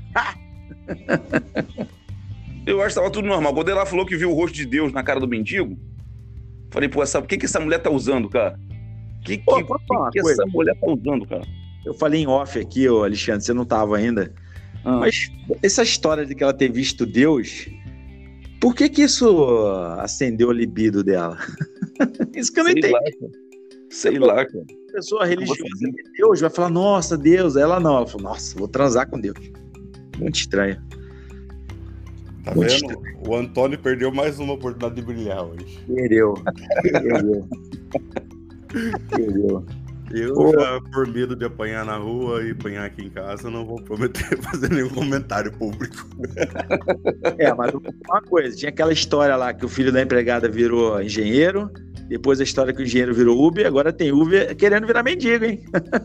Eu acho que tava tudo normal. Quando ela falou que viu o rosto de Deus na cara do mendigo, falei, pô, o que essa mulher tá usando, cara? O que essa mulher tá usando, cara? Eu falei em off aqui, ô Alexandre, você não tava ainda. Mas essa história de que ela ter visto Deus, por que isso acendeu a libido dela? Isso que eu não entendi. Sei lá, cara. A pessoa religiosa de Deus vai falar, nossa, Deus. Ela não, ela falou, nossa, vou transar com Deus. Muito estranho. Tá vendo? O Antônio perdeu mais uma oportunidade de brilhar hoje. Perdeu. Eu, já, por medo de apanhar na rua e apanhar aqui em casa, não vou prometer fazer nenhum comentário público. Mas uma coisa, tinha aquela história lá que o filho da empregada virou engenheiro, depois a história que o engenheiro virou Uber, agora tem Uber querendo virar mendigo, hein?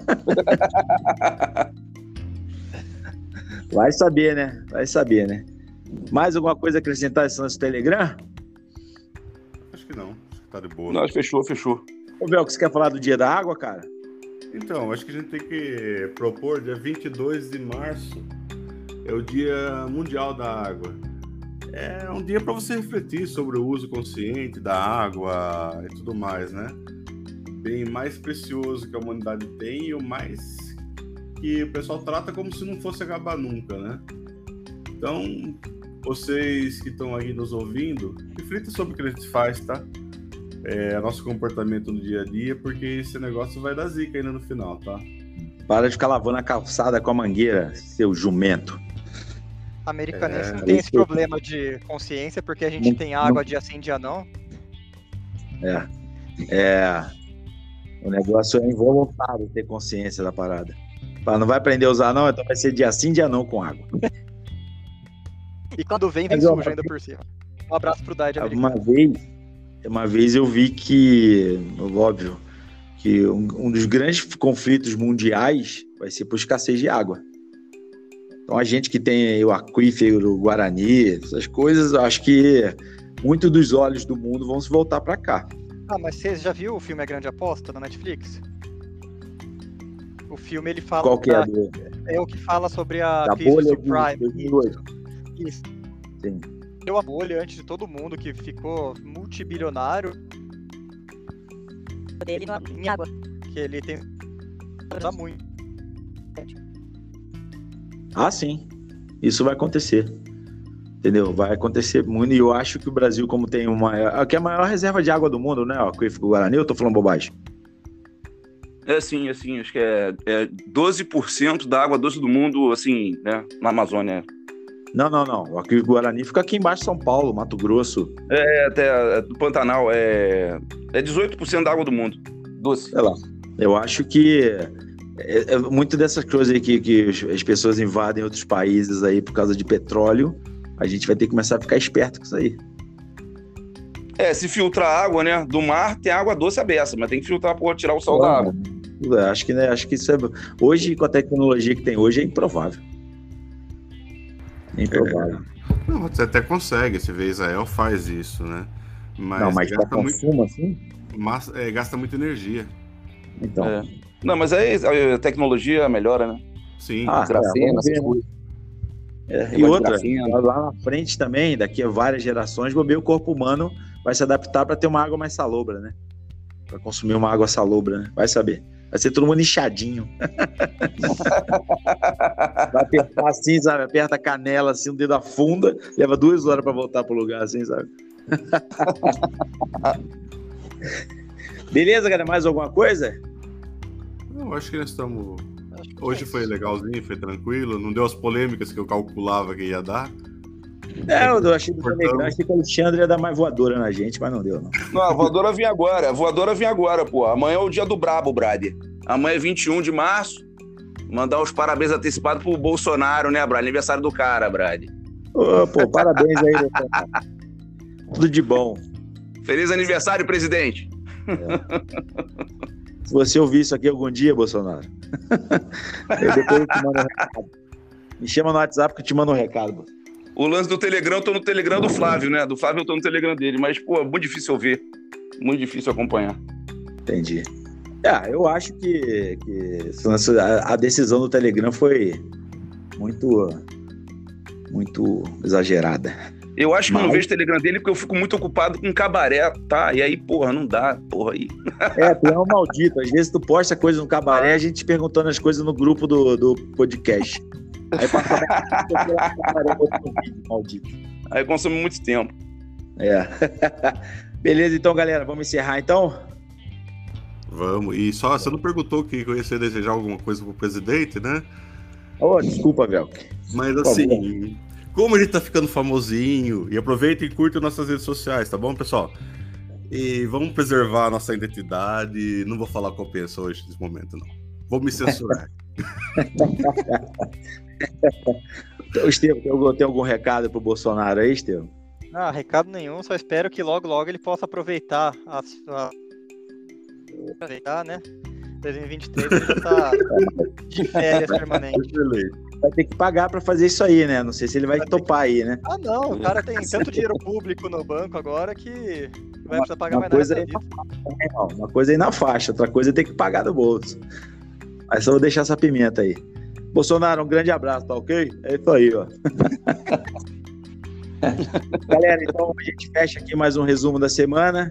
Vai saber, né? Mais alguma coisa a acrescentar nesse lance do Telegram? Acho que não, acho que tá de boa. Não, fechou. Ô, Velco, você quer falar do Dia da Água, cara? Então, acho que a gente tem que propor, dia 22 de março, é o Dia Mundial da Água. É um dia para você refletir sobre o uso consciente da água e tudo mais, né? Bem mais precioso que a humanidade tem e o mais que o pessoal trata como se não fosse acabar nunca, né? Então, vocês que estão aí nos ouvindo, reflita sobre o que a gente faz, tá? Nosso comportamento no dia a dia, porque esse negócio vai dar zica ainda no final, tá? Para de ficar lavando a calçada com a mangueira, seu jumento. Americanense não tem esse problema de consciência, porque a gente tem água dia sim, dia não. O negócio é involuntário ter consciência da parada. Não vai aprender a usar não, então vai ser dia sim, dia não com água. E quando vem sujo ainda por cima. Um abraço pro Dade americano. Uma vez eu vi que, óbvio, que um dos grandes conflitos mundiais vai ser por escassez de água. Então a gente que tem o aquífero, o Guarani, essas coisas, eu acho que muitos dos olhos do mundo vão se voltar para cá. Mas você já viu o filme A Grande Aposta na Netflix? O filme ele fala... Qual que é? É o que fala sobre a da crise bolha subprime. de 2008. Isso. Sim. Deu a bolha antes de todo mundo, que ficou multibilionário. Dele em água. Que ele tem... usar muito. Sim. Isso vai acontecer. Entendeu? Vai acontecer muito. E eu acho que o Brasil, como tem que é a maior reserva de água do mundo, né? O aquífero Guarani, eu tô falando bobagem. Sim, acho que é 12% da água doce do mundo, assim, né? Na Amazônia. Não. O aquífero Guarani fica aqui embaixo de São Paulo, Mato Grosso. Até do Pantanal. É 18% da água do mundo. Doce. Sei lá. Eu acho que muito dessas coisas aí que as pessoas invadem outros países aí por causa de petróleo, a gente vai ter que começar a ficar esperto com isso aí. Se filtrar água, né? Do mar tem água doce à beça, mas tem que filtrar para tirar o sal da água. Acho que isso é... Hoje, com a tecnologia que tem hoje, é improvável. Não, você até consegue, você vê, Israel faz isso, né? Mas para consumo, assim? Gasta muita energia. Então. Não, mas aí a tecnologia melhora, né? Sim. Grafeno, essas coisas. E outra, lá na frente também, daqui a várias gerações, o corpo humano vai se adaptar para ter uma água mais salobra, né? Para consumir uma água salobra, né? Vai saber. Vai ser todo mundo inchadinho. Vai apertar assim, sabe? Aperta a canela assim, o dedo afunda, leva 2 horas para voltar pro lugar, assim, sabe? Beleza, galera? Mais alguma coisa? Não, acho que nós estamos... Hoje foi legalzinho, foi tranquilo, não deu as polêmicas que eu calculava que ia dar. Eu achei do Telegram, achei que o Alexandre ia dar mais voadora na gente, mas não deu, não. Não, a voadora vem agora, pô. Amanhã é o dia do brabo, Brad. Amanhã é 21 de março. Mandar os parabéns antecipados pro Bolsonaro, né, Brad? Aniversário do cara, Brad. Parabéns aí, Bolsonaro. Tudo de bom. Feliz aniversário, presidente. Se você ouvir isso aqui algum dia, Bolsonaro, depois eu te mando um recado. Me chama no WhatsApp que eu te mando um recado. O lance do Telegram, eu tô no Telegram do Flávio, né? Do Flávio eu tô no Telegram dele, mas, pô, é muito difícil eu ver. Muito difícil acompanhar. Entendi. Eu acho que a decisão do Telegram foi muito exagerada. Eu acho que eu não vejo o Telegram dele porque eu fico muito ocupado com cabaré, tá? E aí, porra, não dá, porra, aí. Tu é um maldito. Às vezes tu posta coisa no cabaré, a gente te perguntando as coisas no grupo do podcast. Aí passa maldito. Aí consome muito tempo. Beleza, então, galera, vamos encerrar, então? Vamos. E só, você não perguntou que eu ia desejar alguma coisa pro presidente, né? Desculpa, Velk. Mas assim, como a gente tá ficando famosinho, e aproveita e curta nossas redes sociais, tá bom, pessoal? E vamos preservar a nossa identidade. Não vou falar qual pensa hoje nesse momento, não. Vou me censurar. Estevão, tem algum recado pro Bolsonaro aí, Estevão? Recado nenhum, só espero que logo ele possa aproveitar né? 2023 ele já tá de férias permanente. Vai ter que pagar pra fazer isso aí, né? Não sei se ele vai topar aí, né? Não, o cara tem tanto dinheiro público no banco agora que vai precisar pagar mais nada. Uma coisa aí na faixa, outra coisa é ter que pagar do bolso. Mas só vou deixar essa pimenta aí. Bolsonaro, um grande abraço, tá ok? É isso aí, ó. Galera, então a gente fecha aqui mais um resumo da semana.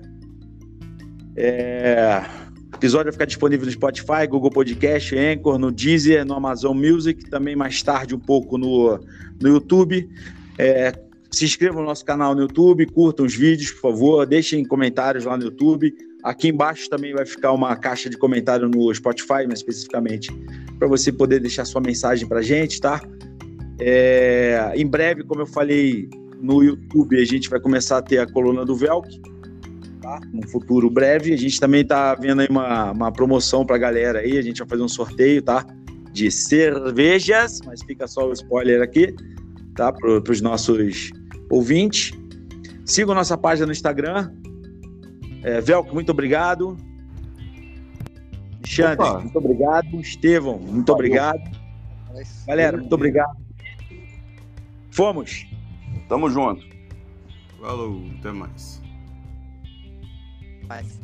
O episódio vai ficar disponível no Spotify, Google Podcast, Anchor, no Deezer, no Amazon Music, também mais tarde um pouco no YouTube. Se inscrevam no nosso canal no YouTube, curtam os vídeos, por favor, deixem comentários lá no YouTube. Aqui embaixo também vai ficar uma caixa de comentário no Spotify, mais especificamente, para você poder deixar sua mensagem para a gente, tá? Em breve, como eu falei, no YouTube a gente vai começar a ter a coluna do Velk, tá? No futuro breve. A gente também tá vendo aí uma promoção pra galera aí, a gente vai fazer um sorteio, tá? De cervejas, mas fica só o spoiler aqui, tá? Para os nossos ouvintes. Sigam nossa página no Instagram. Velk, muito obrigado. Alexandre, muito obrigado. Estevão, muito obrigado. Galera, muito obrigado. Fomos. Tamo junto. Falou, até mais. Mas...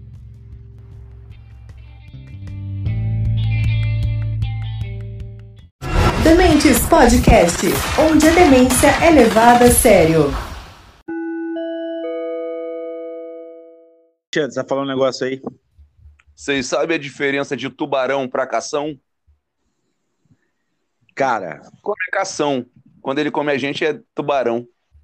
Dementes Podcast, onde a demência é levada a sério. Alexandre, você vai falar um negócio aí? Vocês sabem a diferença de tubarão para cação? Cara, Come cação. Quando ele come a gente é tubarão.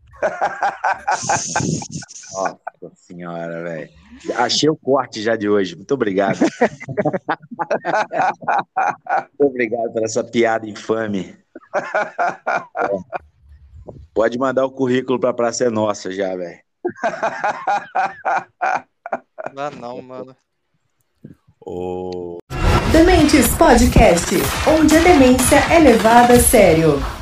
nossa senhora, velho. Achei o corte já de hoje. Muito obrigado. Muito obrigado por essa piada infame. Pode mandar o currículo pra Praça é Nossa já, velho. Não, mano. Dementes Podcast, onde a demência é levada a sério.